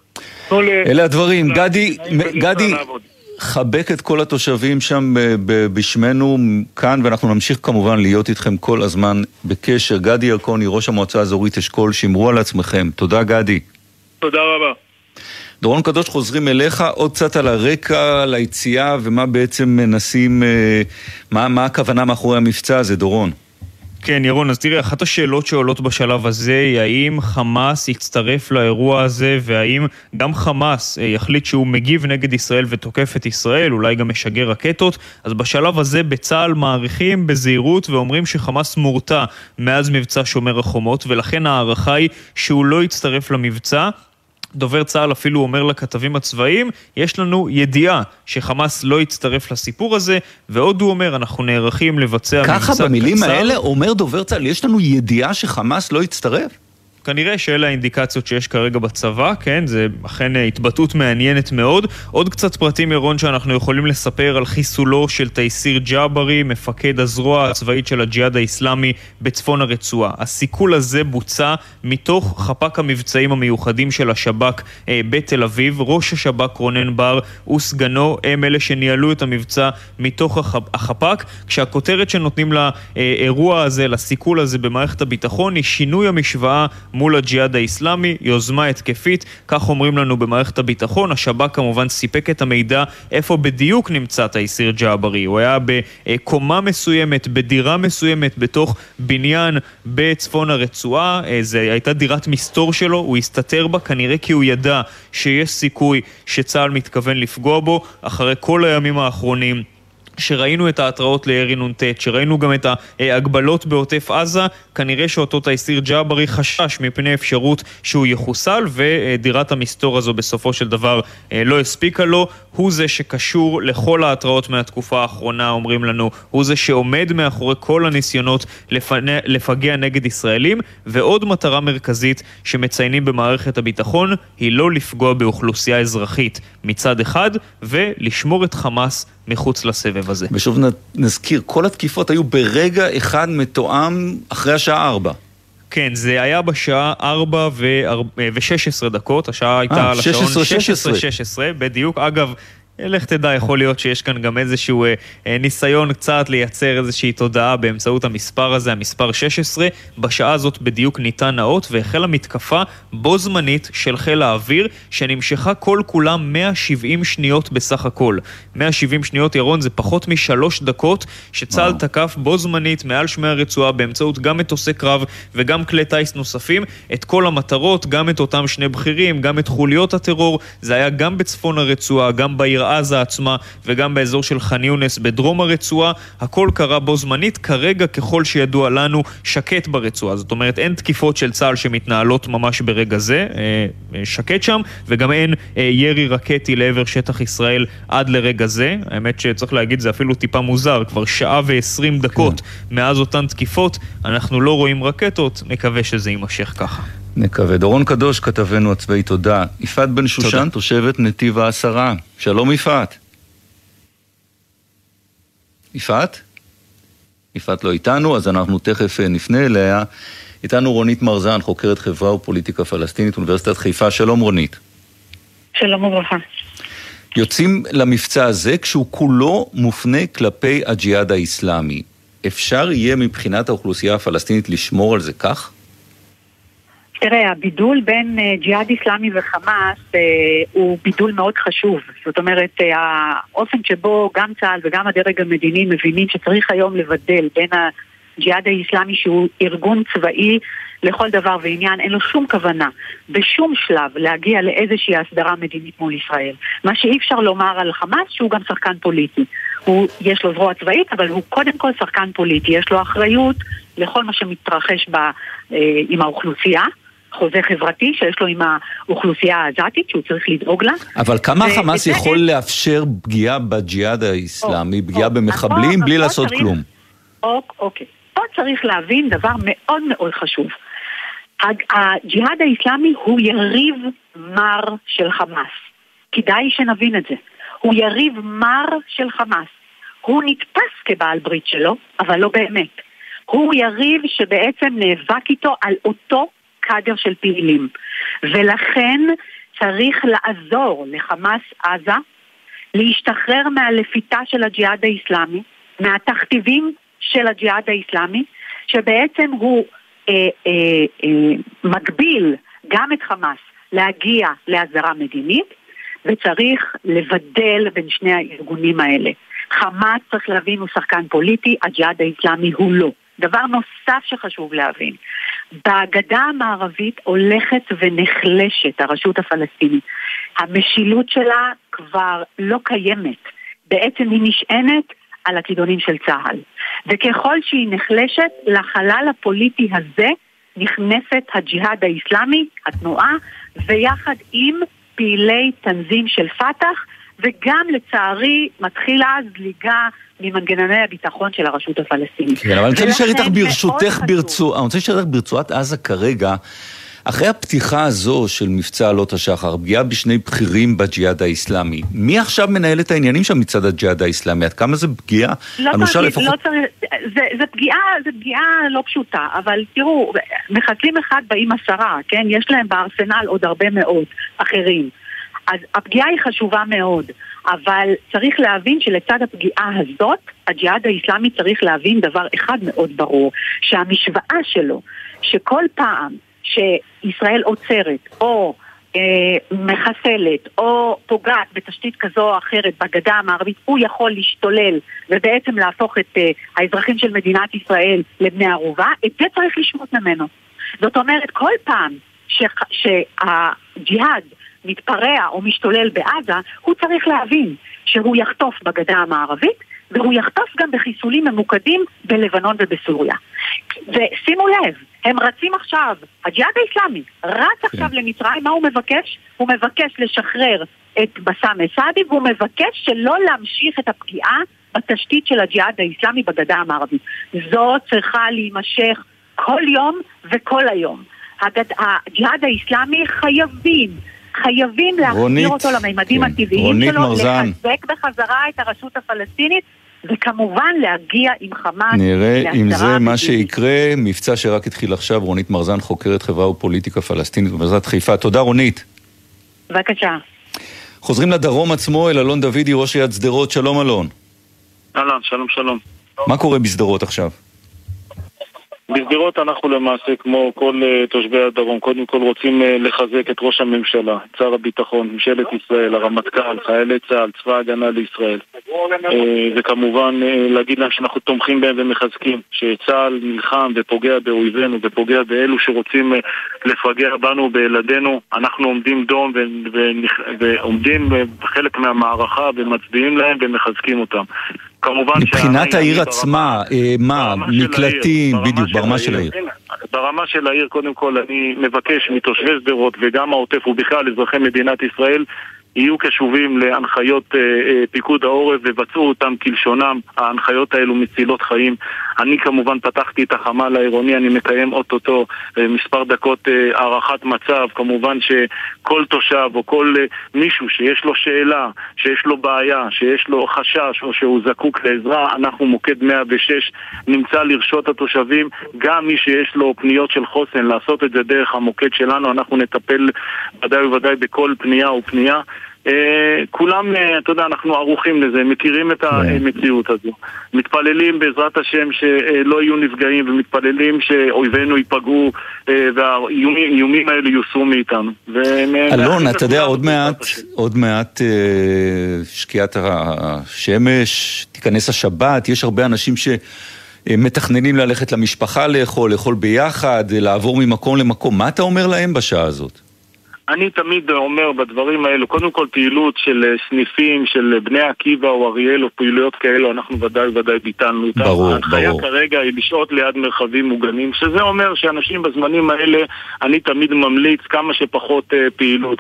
אלה הדברים. גדי, חבק את כל התושבים שם בשמנו כאן, ואנחנו נמשיך כמובן להיות איתכם כל הזמן בקשר. גדי ירקוני, ראש המועצה האזורית אשכול, שמרו על עצמכם. תודה גדי. תודה רבה. דורון קדוש, חוזרים אליך עוד קצת על הרקע, על היציאה, ומה בעצם מנסים, מה הכוונה מאחורי המבצע הזה, דורון? כן, ירון, אז תראה, אחת השאלות שעולות בשלב הזה היא האם חמאס יצטרף לאירוע הזה, והאם גם חמאס יחליט שהוא מגיב נגד ישראל ותוקף את ישראל, אולי גם משגר רקטות. אז בשלב הזה בצה"ל מעריכים בזהירות ואומרים שחמאס מורתע מאז מבצע שומר החומות, ולכן הערכה היא שהוא לא יצטרף למבצע. דובר צה"ל אפילו אומר לכתבים הצבאיים, יש לנו ידיעה שחמאס לא יצטרף לסיפור הזה, ועוד הוא אומר, אנחנו נערכים לבצע מבצע קצר. ככה במילים האלה אומר דובר צה"ל, יש לנו ידיעה שחמאס לא יצטרף? כנראה שאלה האינדיקציות שיש כרגע בצבא, כן, זה אכן התבטאות מעניינת מאוד. עוד קצת פרטים, ירון, שאנחנו יכולים לספר על חיסולו של תייסיר ג'אברי, מפקד הזרוע הצבאית של הג'יהאד האסלאמי בצפון הרצועה. הסיכול הזה בוצע מתוך חפ"ק המבצעים המיוחדים של השב"כ בתל אביב. ראש השב"כ רונן בר וסגנו הם אלה שניהלו את המבצע מתוך החפ"ק, כשהכותרת שנותנים לאירוע הזה, לסיכול הזה במערכת הביטחון, היא שינוי המשוואה מול הג'יהאד האסלאמי, יוזמה התקפית, כך אומרים לנו במערכת הביטחון. השב"כ כמובן סיפק את המידע איפה בדיוק נמצא תייסיר ג'אברי. הוא היה בקומה מסוימת, בדירה מסוימת, בתוך בניין בצפון הרצועה. זו הייתה דירת מסתור שלו, הוא הסתתר בה, כנראה כי הוא ידע שיש סיכוי שצה"ל מתכוון לפגוע בו. אחרי כל הימים האחרונים שראינו את ההתראות לירי נ"ט, שראינו גם את ההגבלות בעוטף עזה, כנראה שאותו תייסיר ג'אברי חשש מפני אפשרות שהוא יחוסל, ודירת המסתור הזו בסופו של דבר לא הספיקה לו. הוא זה שקשור לכל ההתראות מהתקופה האחרונה, אומרים לנו, הוא זה שעומד מאחורי כל הניסיונות לפגע נגד ישראלים, ועוד מטרה מרכזית שמציינים במערכת הביטחון היא לא לפגוע באוכלוסייה אזרחית מצד אחד, ולשמור את חמאס מחוץ לסבב הזה. ושוב נזכיר, כל התקיפות היו ברגע אחד מתואם אחרי השעה 4. כן, זה היה בשעה 4:16 דקות, השעה הייתה על השעון 16:16, בדיוק. אגב, לך תדע, יכול להיות שיש כאן גם איזשהו ניסיון קצת לייצר איזושהי תודעה באמצעות המספר הזה, המספר 16. בשעה הזאת בדיוק ניתן נאות, והחלה מתקפה בו זמנית של חיל האוויר, שנמשכה כל כולם 170 שניות בסך הכל. 170 שניות, ירון, זה פחות מ3 דקות שצה"ל תקף בו זמנית מעל שמי הרצועה, באמצעות גם מטוסי קרב וגם כלי טייס נוספים, את כל המטרות, גם את אותם שני בכירים, גם את חוליות הטרור. זה היה גם בצפון הרצועה, גם בעיר עזה עצמה, וגם באזור של ח'אן יונס בדרום הרצועה. הכל קרה בו זמנית. כרגע, ככל שידוע לנו, שקט ברצועה. זאת אומרת, אין תקיפות של צה"ל שמתנהלות ממש ברגע זה, שקט שם, וגם אין ירי רקטי לעבר שטח ישראל עד לרגע זה. האמת שצריך להגיד, זה אפילו טיפה מוזר, כבר 1:20 מאז אותן תקיפות, אנחנו לא רואים רקטות, נקווה שזה יימשך ככה. נקווה. דורון קדוש, כתבנו הצבאי, תודה. יפעת בן שושן, תושבת נתיב העשרה. שלום יפעת. יפעת? יפעת לא איתנו, אז אנחנו תכף נפנה אליה. איתנו רונית מרזן, חוקרת חברה ופוליטיקה פלסטינית, אוניברסיטת חיפה. שלום רונית. שלום וברכה. יוצאים למבצע הזה כשהוא כולו מופנה כלפי הג'יהאד האסלאמי. אפשר יהיה מבחינת האוכלוסייה הפלסטינית לשמור על זה כך? תראה, הבידול בין ג'יהאד איסלאמי וחמאס הוא בידול מאוד חשוב. זאת אומרת, האופן שבו גם צה"ל וגם הדרג המדיני מבינים שצריך היום לבדל בין הג'יהאד האיסלאמי, שהוא ארגון צבאי לכל דבר ועניין, אין לו שום כוונה בשום שלב להגיע לאיזושהי הסדרה מדינית מול ישראל. מה שאי אפשר לומר על חמאס, שהוא גם שחקן פוליטי. יש לו זרוע צבאית, אבל הוא קודם כל שחקן פוליטי. יש לו אחריות לכל מה שמתרחש עם האוכלוסייה, חוזה חברתי שיש לו עם האוכלוסייה העזתית, שהוא צריך לדאוג לה. אבל כמה חמאס יכול לאפשר פגיעה בג'יהאד האסלאמי, פגיעה במחבלים, בלי לעשות כלום? אוקיי. פה צריך להבין דבר מאוד מאוד חשוב. הג'יהאד האסלאמי הוא יריב מר של חמאס. כדאי שנבין את זה. הוא יריב מר של חמאס. הוא נתפס כבעל ברית שלו, אבל לא באמת. הוא יריב שבעצם נאבק איתו על אותו קדר של פעילים. ולכן צריך לעזור לחמאס עזה להשתחרר מהלפיתה של הג'יהאד האסלאמי, מהתכתיבים של הג'יהאד האסלאמי, שבעצם הוא מגביל גם את חמאס להגיע להסדרה מדינית, וצריך לבדל בין שני הארגונים האלה. חמאס, צריך להבין, הוא שחקן פוליטי, הג'יהאד האסלאמי הוא לא. דבר נוסף שחשוב להבין, בגדה המערבית הולכת ונחלשת הרשות הפלסטינית. המשילות שלה כבר לא קיימת. בעצם היא נשענת על הכידונים של צה"ל. וככל שהיא נחלשת, לחלל הפוליטי הזה נכנסת הג'יהאד האסלאמי, התנועה, ויחד עם פעילי תנזים של פתח, וגם לצערי מתחילה זליגה ממנגנוני הביטחון של הרשות הפלסטינית. כן, אבל אני רוצה להישאר איתך ברצועת עזה כרגע, אחרי הפתיחה הזו של מבצע עלות השחר, פגיעה בשני בכירים בג'יהאד האסלאמי, מי עכשיו מנהל את העניינים שם מצד הג'יהאד האסלאמי? עד כמה זה פגיעה? זה פגיעה לא פשוטה, אבל תראו, מחסלים אחד באים 10, כן? יש להם בארסנל עוד הרבה מאוד אחרים. אז הפגיעה היא חשובה מאוד, אבל צריך להבין שלצד הפגיעה הזאת, הג'יהאד האסלאמי צריך להבין דבר אחד מאוד ברור, שהמשוואה שלו, שכל פעם שישראל עוצרת או מחסלת או פוגעת בתשתית כזו או אחרת בגדה המערבית, הוא יכול להשתולל ובעצם להפוך את האזרחים של מדינת ישראל לבני ערובה. את זה צריך לשמות ממנו. זאת אומרת, כל פעם שהג'יהאד מתפרע או משתולל בעזה, הוא צריך להבין שהוא יחטוף בגדה המערבית והוא יחטוף גם בחיסולים ממוקדים בלבנון ובסוריה. ושימו לב, הם רצים עכשיו, הג'יהאד האסלאמי רץ עכשיו למצרים, מה הוא מבקש? הוא מבקש לשחרר את בסאם אל-סעדי, והוא מבקש שלא להמשיך את הפגיעה בתשתית של הג'יהאד האסלאמי בגדה המערבית. זו צריכה להימשך כל יום וכל היום. הג'יהאד האסלאמי חייבים להחזיר אותו לממדים הטבעיים שלו, לחזק בחזרה את הרשות הפלסטינית, וכמובן להגיע עם חמאס. נראה אם זה מה שיקרה. מבצע שרק התחיל עכשיו. רונית מרזן, חוקרת חברה ופוליטיקה פלסטינית במזרח חיפה. תודה רונית. בבקשה. חוזרים לדרום עצמו, אל אלון דוידי, ראש עיריית שדרות. שלום אלון. אהלן, שלום. מה קורה בשדרות עכשיו? בשדרות אנחנו למעשה, כמו כל תושבי הדרום, קודם כל רוצים לחזק את ראש הממשלה, שר הביטחון, ממשלת ישראל, הרמטכ"ל, חיילי צה"ל, צבא ההגנה לישראל. וכמובן להגיד להם שאנחנו תומכים בהם ומחזקים, שצה"ל נלחם ופוגע באויבינו ופוגע באלו שרוצים לפגע בנו בילדינו. אנחנו עומדים דום ועומדים בחלק מהמערכה ומצביעים להם ומחזקים אותם. מבחינת העיר עצמה, מה, מקלטים, בדיוק, ברמה של העיר. ברמה של העיר, קודם כל, אני מבקש מתושבי שדרות וגם העוטף ובכלל אזרחי מדינת ישראל יהיו קשובים להנחיות פיקוד העורף ובצעו אותם כלשונם. ההנחיות האלו מצילות חיים. אני כמובן פתחתי את החמ"ל העירוני, אני מקיים אוטוטו מספר דקות הערכת מצב. כמובן שכל תושב או כל מישהו שיש לו שאלה, שיש לו בעיה, שיש לו חשש או שהוא זקוק לעזרה, אנחנו מוקד 106 נמצא לרשות התושבים. גם מי שיש לו פניות של חוסן, לעשות את זה דרך המוקד שלנו, אנחנו נטפל ודאי וודאי בכל פנייה ופנייה. כולם, אתה יודע, אנחנו ערוכים לזה, מכירים את המציאות הזו, מתפללים בעזרת השם שלא יהיו נפגעים, ומתפללים שאויבינו ייפגעו והאיומים האלה יוסרו מאיתנו. אלון, אתה יודע, עוד מעט שקיעת השמש, תיכנס השבת, יש הרבה אנשים שמתכננים ללכת למשפחה לאכול ביחד, לעבור ממקום למקום. מה אתה אומר להם בשעה הזאת? אני תמיד אומר בדברים האלו, קודם כל פעילות של סניפים של בני עקיבא או אריאל או פעילויות כאלו, אנחנו ודאי ביטלנו אותם. ההנחיה כרגע היא לשעות ליד מרחבים מוגנים, שזה אומר שאנשים בזמנים האלה, אני תמיד ממליץ כמה שפחות פעילות,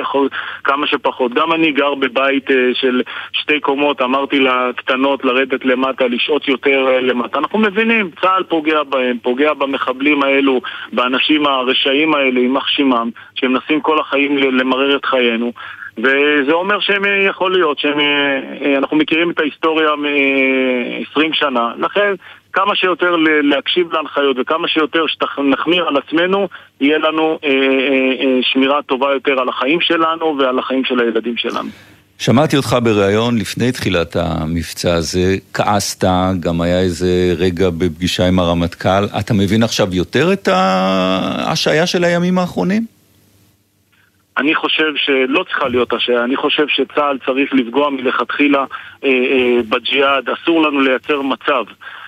כמה שפחות. גם אני גר בבית של 2 קומות, אמרתי לקטנות לרדת למטה, לשעות יותר למטה. אנחנו מבינים, צה"ל פוגע בהם, פוגע במחבלים האלו, באנשים הרשעים האלה, עם מחשימם, שהם נסים כל החיים למרר את חיינו, וזה אומר שהם יכול להיות אנחנו מכירים את ההיסטוריה מ-20 שנה. לכן כמה שיותר להקשיב להנחיות וכמה שיותר שנחמיר על עצמנו, יהיה לנו שמירה טובה יותר על החיים שלנו ועל החיים של הילדים שלנו. שמעתי אותך בריאיון לפני תחילת המבצע הזה, כעסת, גם היה איזה רגע בפגישה עם הרמטכ"ל. אתה מבין עכשיו יותר את ההשעיה של הימים האחרונים? אני חושב שלא צריכה להיות השעה, אני חושב שצה"ל צריך לפגוע מלכתחילה בג'יהאד. אסור לנו לייצר מצב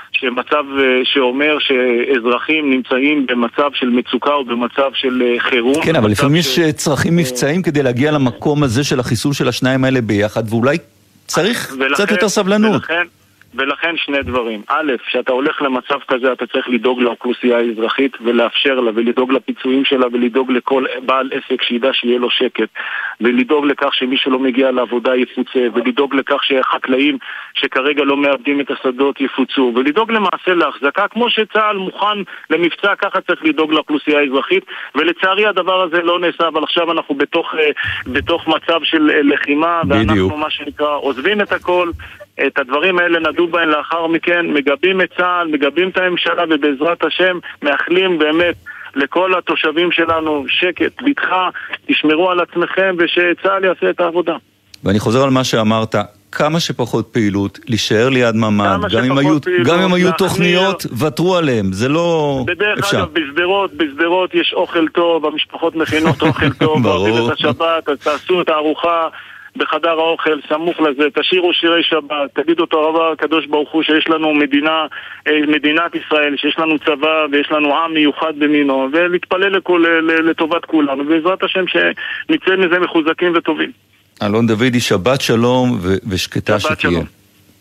שאומר שאזרחים נמצאים במצב של מצוקה או במצב של חירום. כן, אבל לפעמים יש צרכים מבצעים כדי להגיע למקום הזה של החיסול של השניים האלה ביחד, ואולי צריך קצת יותר סבלנות. ולכן שני דברים. א', שאתה הולך למצב כזה, אתה צריך לדאוג לאוכלוסייה האזרחית ולאפשר לה, ולדאוג לפיצויים שלה, ולדאוג לכל בעל עסק שידע שיהיה לו שקט, ולדאוג לכך שמי שלא מגיע לעבודה יפוצה, ולדאוג לכך שהחקלאים שכרגע לא מאבדים את השדות יפוצו, ולדאוג למעשה להחזקה, כמו שצה"ל מוכן למבצע, ככה צריך לדאוג לאוכלוסייה האזרחית, ולצערי הדבר הזה לא נעשה, אבל עכשיו אנחנו בתוך מצב של לחימה, ואנחנו מה שנקרא עוזבים את הכל. את הדברים האלה נדעו בהן לאחר מכן, מגבים את צה"ל, מגבים את הממשלה, ובעזרת השם מאחלים באמת לכל התושבים שלנו שקט, ביטחה, תשמרו על עצמכם ושצה"ל יעשה את העבודה. ואני חוזר על מה שאמרת, כמה שפחות פעילות, להישאר ליד ממ"ד, גם אם היו תוכניות, ותרו עליהם, זה לא אפשר. בדרך אגב, בסדרות יש אוכל טוב, המשפחות מכינות אוכל טוב, בערבים את השבת, אז תעשו את הארוחה בחדר האוכל, סמוך לזה, תשירו שירי שבת, תגידו תורה הקדוש ברוך הוא שיש לנו מדינת ישראל, שיש לנו צבא ויש לנו עם מיוחד במינו, ולהתפלל לטובת כולנו, ובעזרת השם שנצא מזה מחוזקים וטובים. אלון דוידי, שבת שלום ושקטה שתהיה.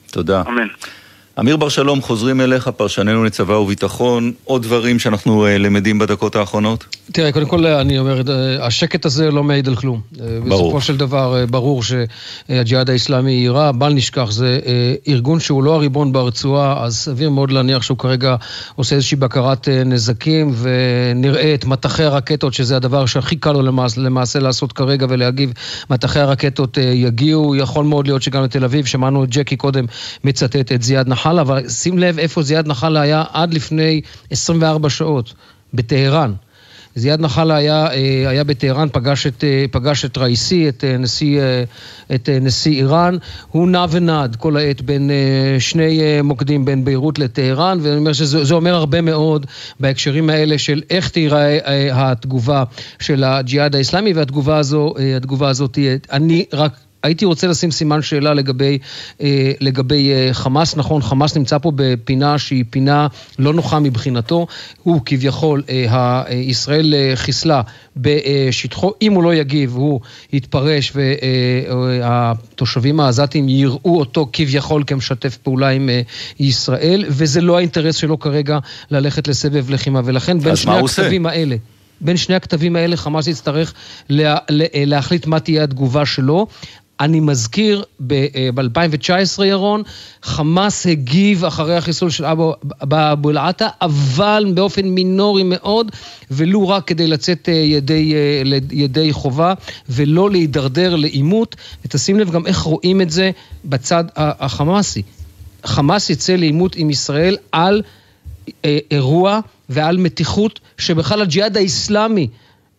תודה. אמן. אמיר בר שלום, חוזרים אליך, פרשננו לצבא וביטחון, עוד דברים שאנחנו למדים בדקות האחרונות? תראה, קודם כל אני אומר, השקט הזה לא מעיד על כלום. בסופו של דבר ברור שהג'יהאד האסלאמי אירה, בל נשכח, זה ארגון שהוא לא הריבון ברצועה, אז סביר מאוד להניח שהוא כרגע עושה איזושהי בקרת נזקים, ונראה את מטחי הרקטות, שזה הדבר שהכי קל לו למעשה לעשות כרגע ולהגיב, מטחי הרקטות יגיעו, יכול מאוד להיות שגם לתל אביב, שמענו את ג'קי קודם מצטט את זיאד נחלה, אבל שים לב איפה זיאד נחלה היה עד לפני 24 שעות, בטהרן. זיאד נחלה היה בטהרן, פגש את ראיסי, את נשיא איראן, הוא נע ונד כל העת בין שני מוקדים, בין ביירות לטהרן, ואני אומר שזה אומר הרבה מאוד בהקשרים האלה של איך תיראה התגובה של הג'יהאד האסלאמי, והתגובה הזו תהיה, אני רק הייתי רוצה לשים סימן שאלה לגבי חמאס. נכון, חמאס נמצא פה בפינה שהיא פינה לא נוחה מבחינתו. הוא כביכול, ישראל חיסלה בשטחו. אם הוא לא יגיב, הוא יתפרש והתושבים העזתיים יראו אותו כביכול כמשתף פעולה עם ישראל, וזה לא האינטרס שלו כרגע ללכת לסבב לחימה. ולכן בין שני הכתבים האלה חמאס יצטרך להחליט מה תהיה התגובה שלו. אני מזכיר, ב-2019 ירון, חמאס הגיב אחרי החיסול של אבו אל-עטה, אבל באופן מינורי מאוד, ולו רק כדי לצאת ידי חובה, ולא להידרדר לאימות. ותשים לב גם איך רואים את זה בצד החמאסי. חמאס יצא לאימות עם ישראל על אירוע ועל מתיחות שבכלל הג'יהאד האסלאמי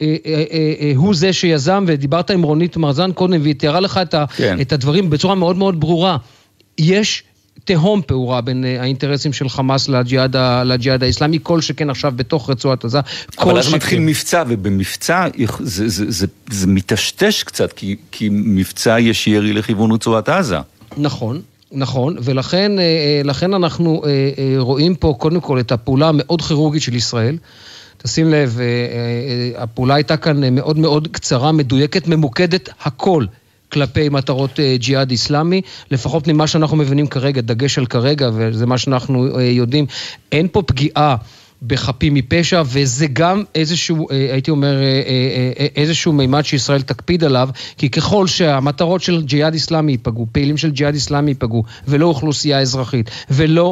הוא זה שיזם, ודיברת עם רונית מרזן קודם, והיא תיארה לך את הדברים בצורה מאוד מאוד ברורה. יש תהום פעורה בין האינטרסים של חמאס לג'יהאד האסלאמי, כל שכן עכשיו בתוך רצועת עזה. אבל אז מתחיל מבצע, ובמבצע זה מתשתש קצת, כי מבצע יש ירי לכיוון רצועת עזה. נכון, ולכן אנחנו רואים פה קודם כל את הפעולה המאוד כירורגית של ישראל. תשים לב, הפעולה הייתה כאן מאוד מאוד קצרה, מדויקת, ממוקדת הכל כלפי מטרות ג'יהאד איסלאמי, לפחות ממה שאנחנו מבינים כרגע, דגש על כרגע, וזה מה שאנחנו יודעים, אין פה פגיעה בחפים מפשע, וזה גם איזשהו, הייתי אומר, איזשהו מימד שישראל תקפיד עליו, כי ככל שהמטרות של ג'יהאד איסלאמי ייפגעו, פעילים של ג'יהאד איסלאמי ייפגעו, ולא אוכלוסייה אזרחית, ולא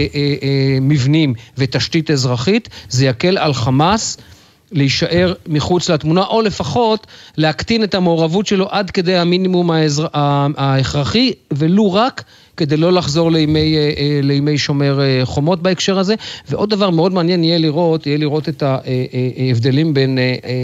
מבנים ותשתית אזרחית, זה יקל על חמאס להישאר מחוץ לתמונה, או לפחות להקטין את המעורבות שלו עד כדי המינימום ההכרחי, ולו רק כדי לא לחזור לימי שומר חומות בהקשר הזה. ועוד דבר מאוד מעניין יהיה לראות את ההבדלים בין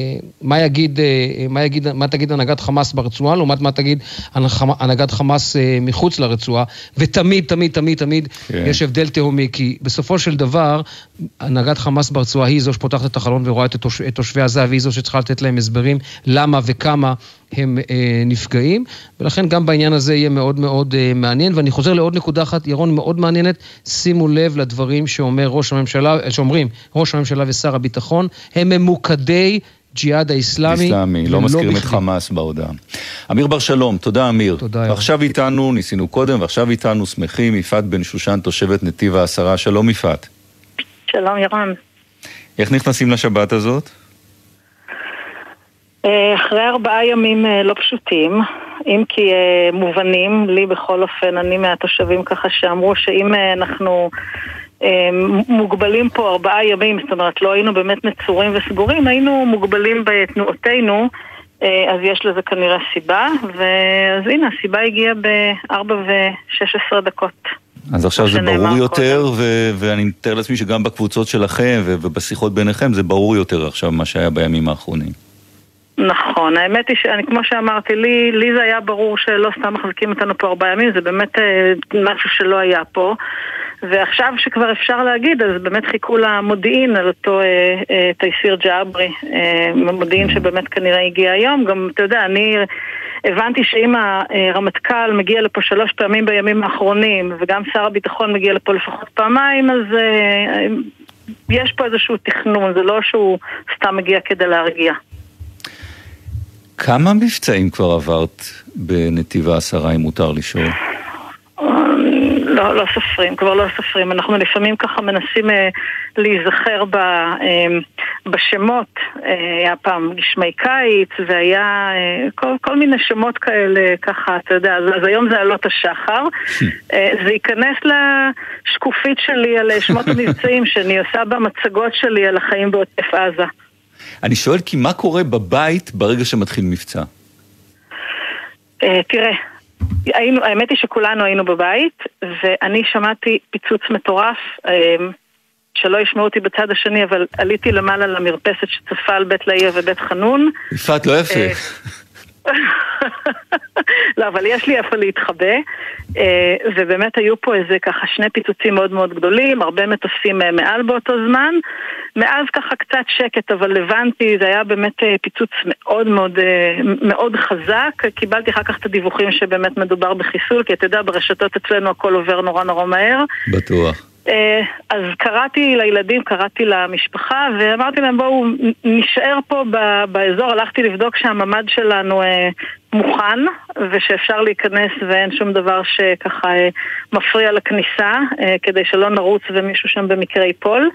מה תגיד הנהגת חמאס ברצועה, לעומת מה תגיד הנהגת חמאס מחוץ לרצועה, ותמיד, תמיד, תמיד, תמיד יש הבדל תהומי, כי בסופו של דבר, הנהגת חמאס ברצועה היא זו שפותחת את החלון ורואה את תושבי עזה, והיא זו שצריכה לתת להם הסברים למה וכמה הם נפגעים, ולכן גם בעניין הזה יהיה מאוד מאוד מעניין. ואני חוזר לעוד נקודה אחת, ירון, מאוד מעניינת. שימו לב לדברים שאומרים ראש הממשלה ושר הביטחון, הם ממוקדי ג'יהאד האסלאמי, לא מזכירים את חמאס בהודעה. אמיר בר שלום, תודה אמיר. ועכשיו איתנו, ניסינו קודם, ועכשיו איתנו שמחים, יפעת בן שושן, תושבת נתיב העשרה. שלום יפעת. שלום ירון. איך נכנסים לשבת הזאת? אחרי 4 ימים לא פשוטים, אם כי מובנים, לי בכל אופן, אני מהתושבים ככה שאמרו שאם אנחנו מוגבלים פה 4 ימים, זאת אומרת לא היינו באמת נצורים וסגורים, היינו מוגבלים בתנועותינו, אז יש לזה כנראה סיבה, אז הנה, הסיבה הגיעה ב4:16. אז עכשיו זה ברור יותר, ואני מתאר לעצמי שגם בקבוצות שלכם ובשיחות ביניכם זה ברור יותר עכשיו מה שהיה בימים האחרונים. נכון, האמת היא כמו שאמרתי, לי זה היה ברור שלא סתם מחזיקים אותנו פה 4 ימים, זה באמת משהו שלא היה פה, ועכשיו שכבר אפשר להגיד, אז באמת חיכו למודיעין על אותו תייסיר ג'אברי, מודיעין שבאמת כנראה הגיע היום. גם, אתה יודע, אני הבנתי שאם הרמטכ"ל מגיע לפה 3 פעמים בימים האחרונים, וגם שר הביטחון מגיע לפה לפחות 2 פעמים, אז יש פה איזשהו תכנון, זה לא שהוא סתם מגיע כדי להרגיע. כמה מבצעים כבר עברת בנתיב העשרה, אם מותר לשאול? לא סופרים, כבר לא סופרים. אנחנו לפעמים ככה מנסים להיזכר בשמות. היה פעם גשמי קיץ, והיה כל מיני שמות כאלה, ככה, אתה יודע, אז היום זה עלות השחר. זה ייכנס לשקופית שלי על שמות המבצעים, שאני עושה במצגות שלי על החיים בעוטף עזה. אני שואל כי מה קורה בבית ברגע שמתחיל מבצע? תראה, האמת היא שכולנו היינו בבית, ואני שמעתי פיצוץ מטורף, שלא ישמעו אותי בצד השני, אבל עליתי למעלה למרפסת שצפה על בית לאיה ובית חנון. יפעת, לא יפה. לא, אבל יש לי איפה להתחבא, ובאמת היו פה איזה ככה שני פיצוצים מאוד מאוד גדולים, הרבה מטוסים מעל באותו זמן, מאז ככה קצת שקט, אבל הבנתי, זה היה באמת פיצוץ מאוד מאוד מאוד חזק. קיבלתי אחר כך את הדיווחים שבאמת מדובר בחיסול, כי אתה יודע, ברשתות אצלנו הכל עובר נורא נורא מהר. בטוח. אז קראתי לילדים, קראתי למשפחה, ואמרתי להם בואו נשאר פה באזור. הלכתי לבדוק שהממד שלנו מוכן ושאפשר להיכנס ואין שום דבר שככה מפריע לכניסה, כדי שלא נרוץ ומישהו שם במקרה ייפול.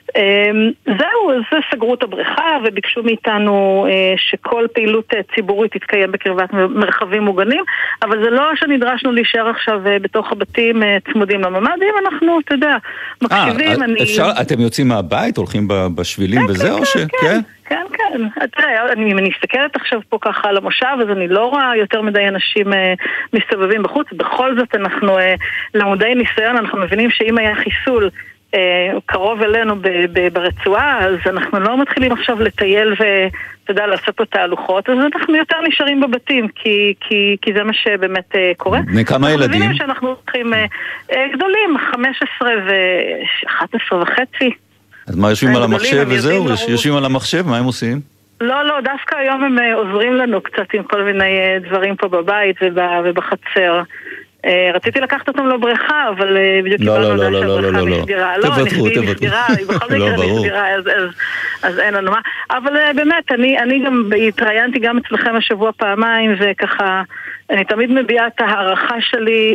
זהו, אז סגרו את הבריכה וביקשו מאיתנו שכל פעילות ציבורית תתקיים בקרבת מרחבים מוגנים, אבל זה לא שנדרשנו להישאר עכשיו בתוך הבתים צמודים לממדים. אנחנו, אתה יודע, מקשיבים. אתם יוצאים מהבית, הולכים בשבילים וזה או ש... כן. תראה, אני מסתכלת עכשיו פה ככה על המושב, אז אני לא רואה יותר מדי אנשים מסתובבים בחוץ. בכל זאת אנחנו למודי ניסיון, אנחנו מבינים שאם היה חיסול קרוב אלינו ברצועה, אז אנחנו לא מתחילים עכשיו לטייל ואתה יודע, לעשות פה תהלוכות, אז אנחנו יותר נשארים בבתים, כי זה מה שבאמת קורה. מכמה ילדים? אנחנו מבינים שאנחנו הולכים גדולים, 15 ו-11 וחצי. אז מה, יושבים על המחשב וזהו? יושבים על המחשב, מה הם עושים? לא, דווקא היום הם עוזרים לנו קצת עם כל מיני דברים פה בבית ובחצר. רציתי לקחת אותם לבריכה, אבל בדיוק קיבלנו שהבריכה נסגרה. לא, נסגרה, היא בכל מקרה נסגרה, אז אין לנו מה. אבל באמת, אני גם התראיינתי גם אצלכם השבוע פעמיים, וככה, אני תמיד מביאה את הערכה שלי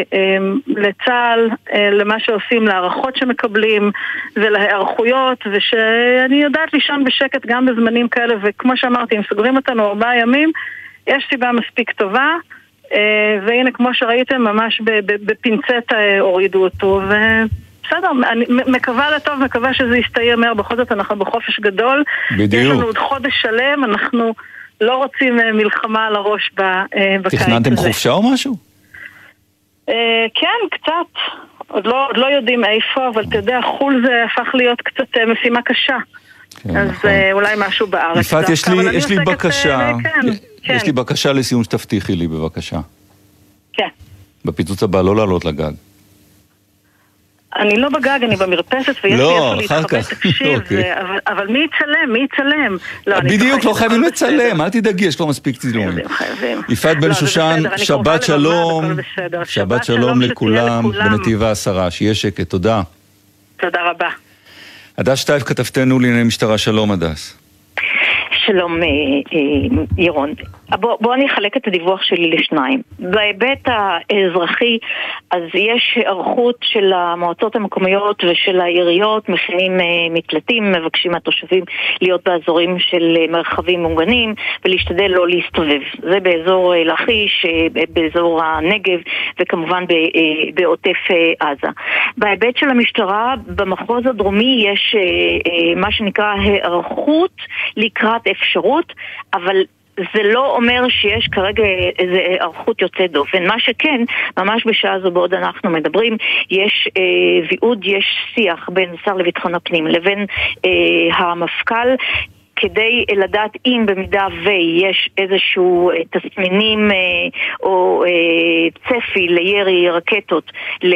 לצה"ל, למה שעושים, להערכות שמקבלים, ולהיערכויות, ושאני יודעת לישון בשקט גם בזמנים כאלה, וכמו שאמרתי, אם סוגרים אותנו 4 ימים, יש סיבה מספיק טובה, והנה כמו שראיתם ממש בפינצטה הורידו אותו, ובסדר, אני מקווה לטוב, מקווה שזה יסתיים מהר. בכל זאת אנחנו בחופש גדול, בדיוק. יש לנו עוד חודש שלם, אנחנו לא רוצים מלחמה על הראש בקיץ הזה. תכננתם חופשה או משהו? כן, קצת, עוד לא יודעים איפה, אבל אתה יודע, חול זה הפך להיות קצת משימה קשה, אז אולי משהו בארץ. יפעת, יש לי בקשה, יש לי בקשה לסיום שתבטיחי לי בבקשה. כן. בפיצוץ הבא לא לעלות לגג. אני לא בגג, אני במרפסת ויש לי איפה להתחבא, תקשיב, אבל מי יצלם? בדיוק, לא חייבים לצלם, אל תדאגי, יש כבר מספיק צילומים. יפעת בן שושן, שבת שלום, שבת שלום לכולם בנתיב העשרה, שיהיה שקט, תודה. תודה רבה. הדס שטייף, כתבתנו לענייני משטרה, שלום הדס. שלום ירון. בוא אני אחלק את הדיווח שלי לשניים. בהיבט האזרחי, אז יש ערכות של המועצות המקומיות ושל העיריות, מכינים מקלטים, מבקשים מהתושבים להיות באזורים של מרחבים מוגנים ולהשתדל לא להסתובב. זה באזור לכיש, באזור הנגב וכמובן בעוטף עזה. בהיבט של המשטרה, במחוז הדרומי יש מה שנקרא הערכות לקראת אפשרות, אבל זה לא אומר שיש כרגע איזו ערכות יוצאת דופן. מה שכן, ממש בשעה זו בעוד אנחנו מדברים, יש ויעוד, יש שיח בין שר לביטחון הפנים לבין המפכ"ל, כדי לדעת אם במידה ויש איזשהו תסמינים או צפי לירי רקטות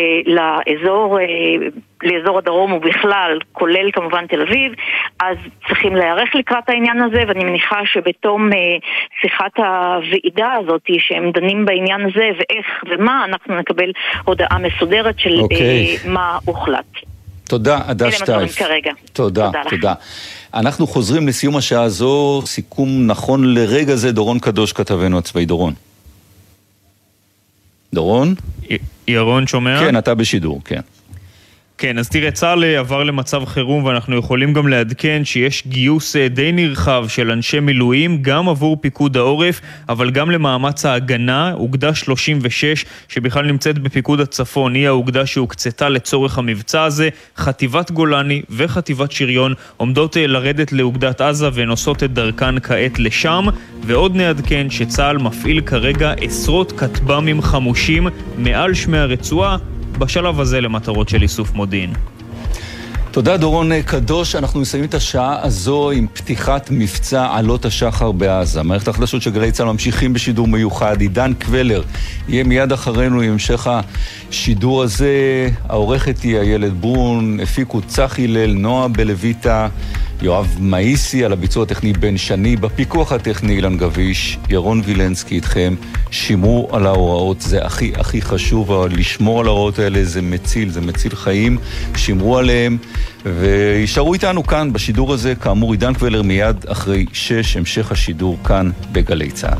לאזור הדרום ובכלל, כולל כמובן תל אביב, אז צריכים להיערך לקראת העניין הזה, ואני מניחה שבתום שיחת הוועידה הזאת שהם דנים בעניין הזה ואיך ומה, אנחנו נקבל הודעה מסודרת של מה הוחלט. תודה, הדס שטייף. תודה. אנחנו חוזרים לסיום השעה הזו, סיכום נכון לרגע זה, דורון קדוש כתבנו הצבאי. דורון? ירון שומע? כן, אתה בשידור, כן. כן, אז תראה, צה"ל עבר למצב חירום ואנחנו יכולים גם לעדכן שיש גיוס די נרחב של אנשי מילואים גם עבור פיקוד העורף, אבל גם למאמץ ההגנה. אוגדה 36 שבכלל נמצאת בפיקוד הצפון היא האוגדה שהוקצתה לצורך המבצע הזה. חטיבת גולני וחטיבת שריון עומדות לרדת לאוגדת עזה ונוסעות את דרכן כעת לשם. ועוד נעדכן שצה"ל מפעיל כרגע עשרות כטב"מים חמושים מעל שמי הרצועה בשלב הזה למטרות של איסוף מודיעין. תודה דורון קדוש. אנחנו מסיימים את השעה הזו עם פתיחת מבצע עלות השחר בעזה. מערכת החדשות של גלי צה"ל ממשיכים בשידור מיוחד. עידן קבלר יהיה מיד אחרינו עם המשך השידור הזה. העורכת היא איילת ברון, הפיקו צחי ליל, נועה בלויטה, יואב מאיסי, על הביצוע הטכני בן שני, בפיקוח הטכני אילן גביש, ירון וילנסקי איתכם. שימרו על ההוראות, זה הכי חשוב, לשמור על ההוראות האלה, זה מציל חיים, שימרו עליהם וישארו איתנו כאן בשידור הזה. כאמור, עידן קבלר מיד אחרי 6, המשך השידור כאן בגלי צה"ל.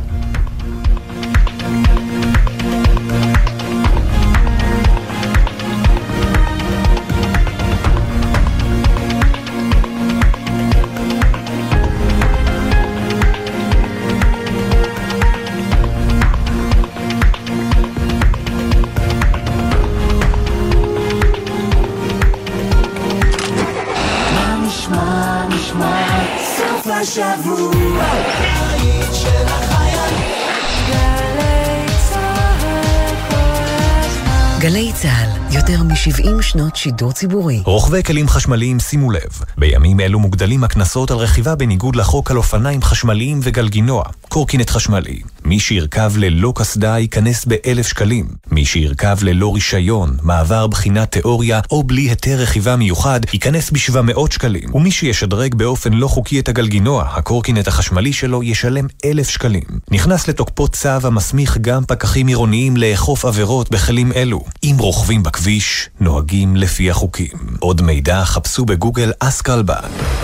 גלי צה"ל, יותר מ-70 שנות שידור ציבורי. רוכבי כלים חשמליים, שימו לב. בימים אלו מוגדלים הקנסות על רכיבה בניגוד לחוק על אופניים חשמליים וגלגינוע, קורקינט חשמלי. מי שירכב ללא קסדה ייכנס ב1,000 שקלים. מי שירכב ללא רישיון, מעבר בחינת תיאוריה או בלי היתר רכיבה מיוחד, ייכנס ב700 שקלים. ומי שישדרג באופן לא חוקי את הגלגינוע, הקורקינט החשמלי שלו ישלם 1,000 שקלים. נכנס לתוקפו צו המסמיך גם פקחים עירוניים לאכוף עבירות בכלים אלו. אם רוכבים בכביש, נוהגים לפי החוקים. עוד מידע חפשו בגוגל אסקלבן.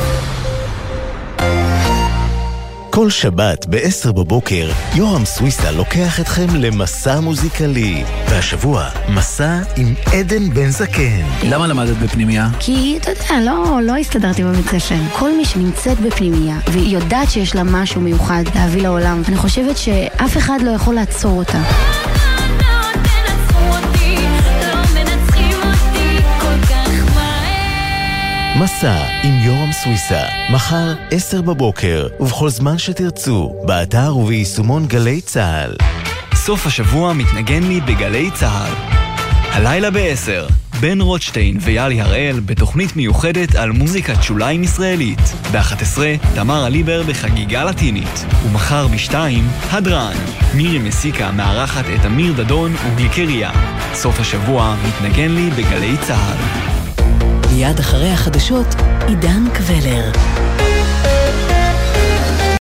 כל שבת ב-10 בבוקר, יורם סוויסה לוקח אתכם למסע מוזיקלי. והשבוע, מסע עם עדן בן זקן. למה למדת בפנימיה? כי, אתה יודע, לא הסתדרתי בבית ספר. כל מי שנמצאת בפנימיה, והיא יודעת שיש לה משהו מיוחד להביא לעולם, אני חושבת שאף אחד לא יכול לעצור אותה. מסע עם יורם סוויסה, מחר 10 בבוקר, ובכל זמן שתרצו, באתר וביישומון גלי צה"ל. סוף השבוע מתנגן לי בגלי צה"ל. הלילה ב-10, בן רוטשטיין ויאלי הראל בתוכנית מיוחדת על מוזיקת שוליים ישראלית. ב-11, תמרה ליבר בחגיגה לטינית. ומחר ב-2, הדרן. מירי מסיקה מארחת את אמיר דדון וגליקריה. סוף השבוע מתנגן לי בגלי צה"ל. מיד אחרי החדשות, עידן קבלר.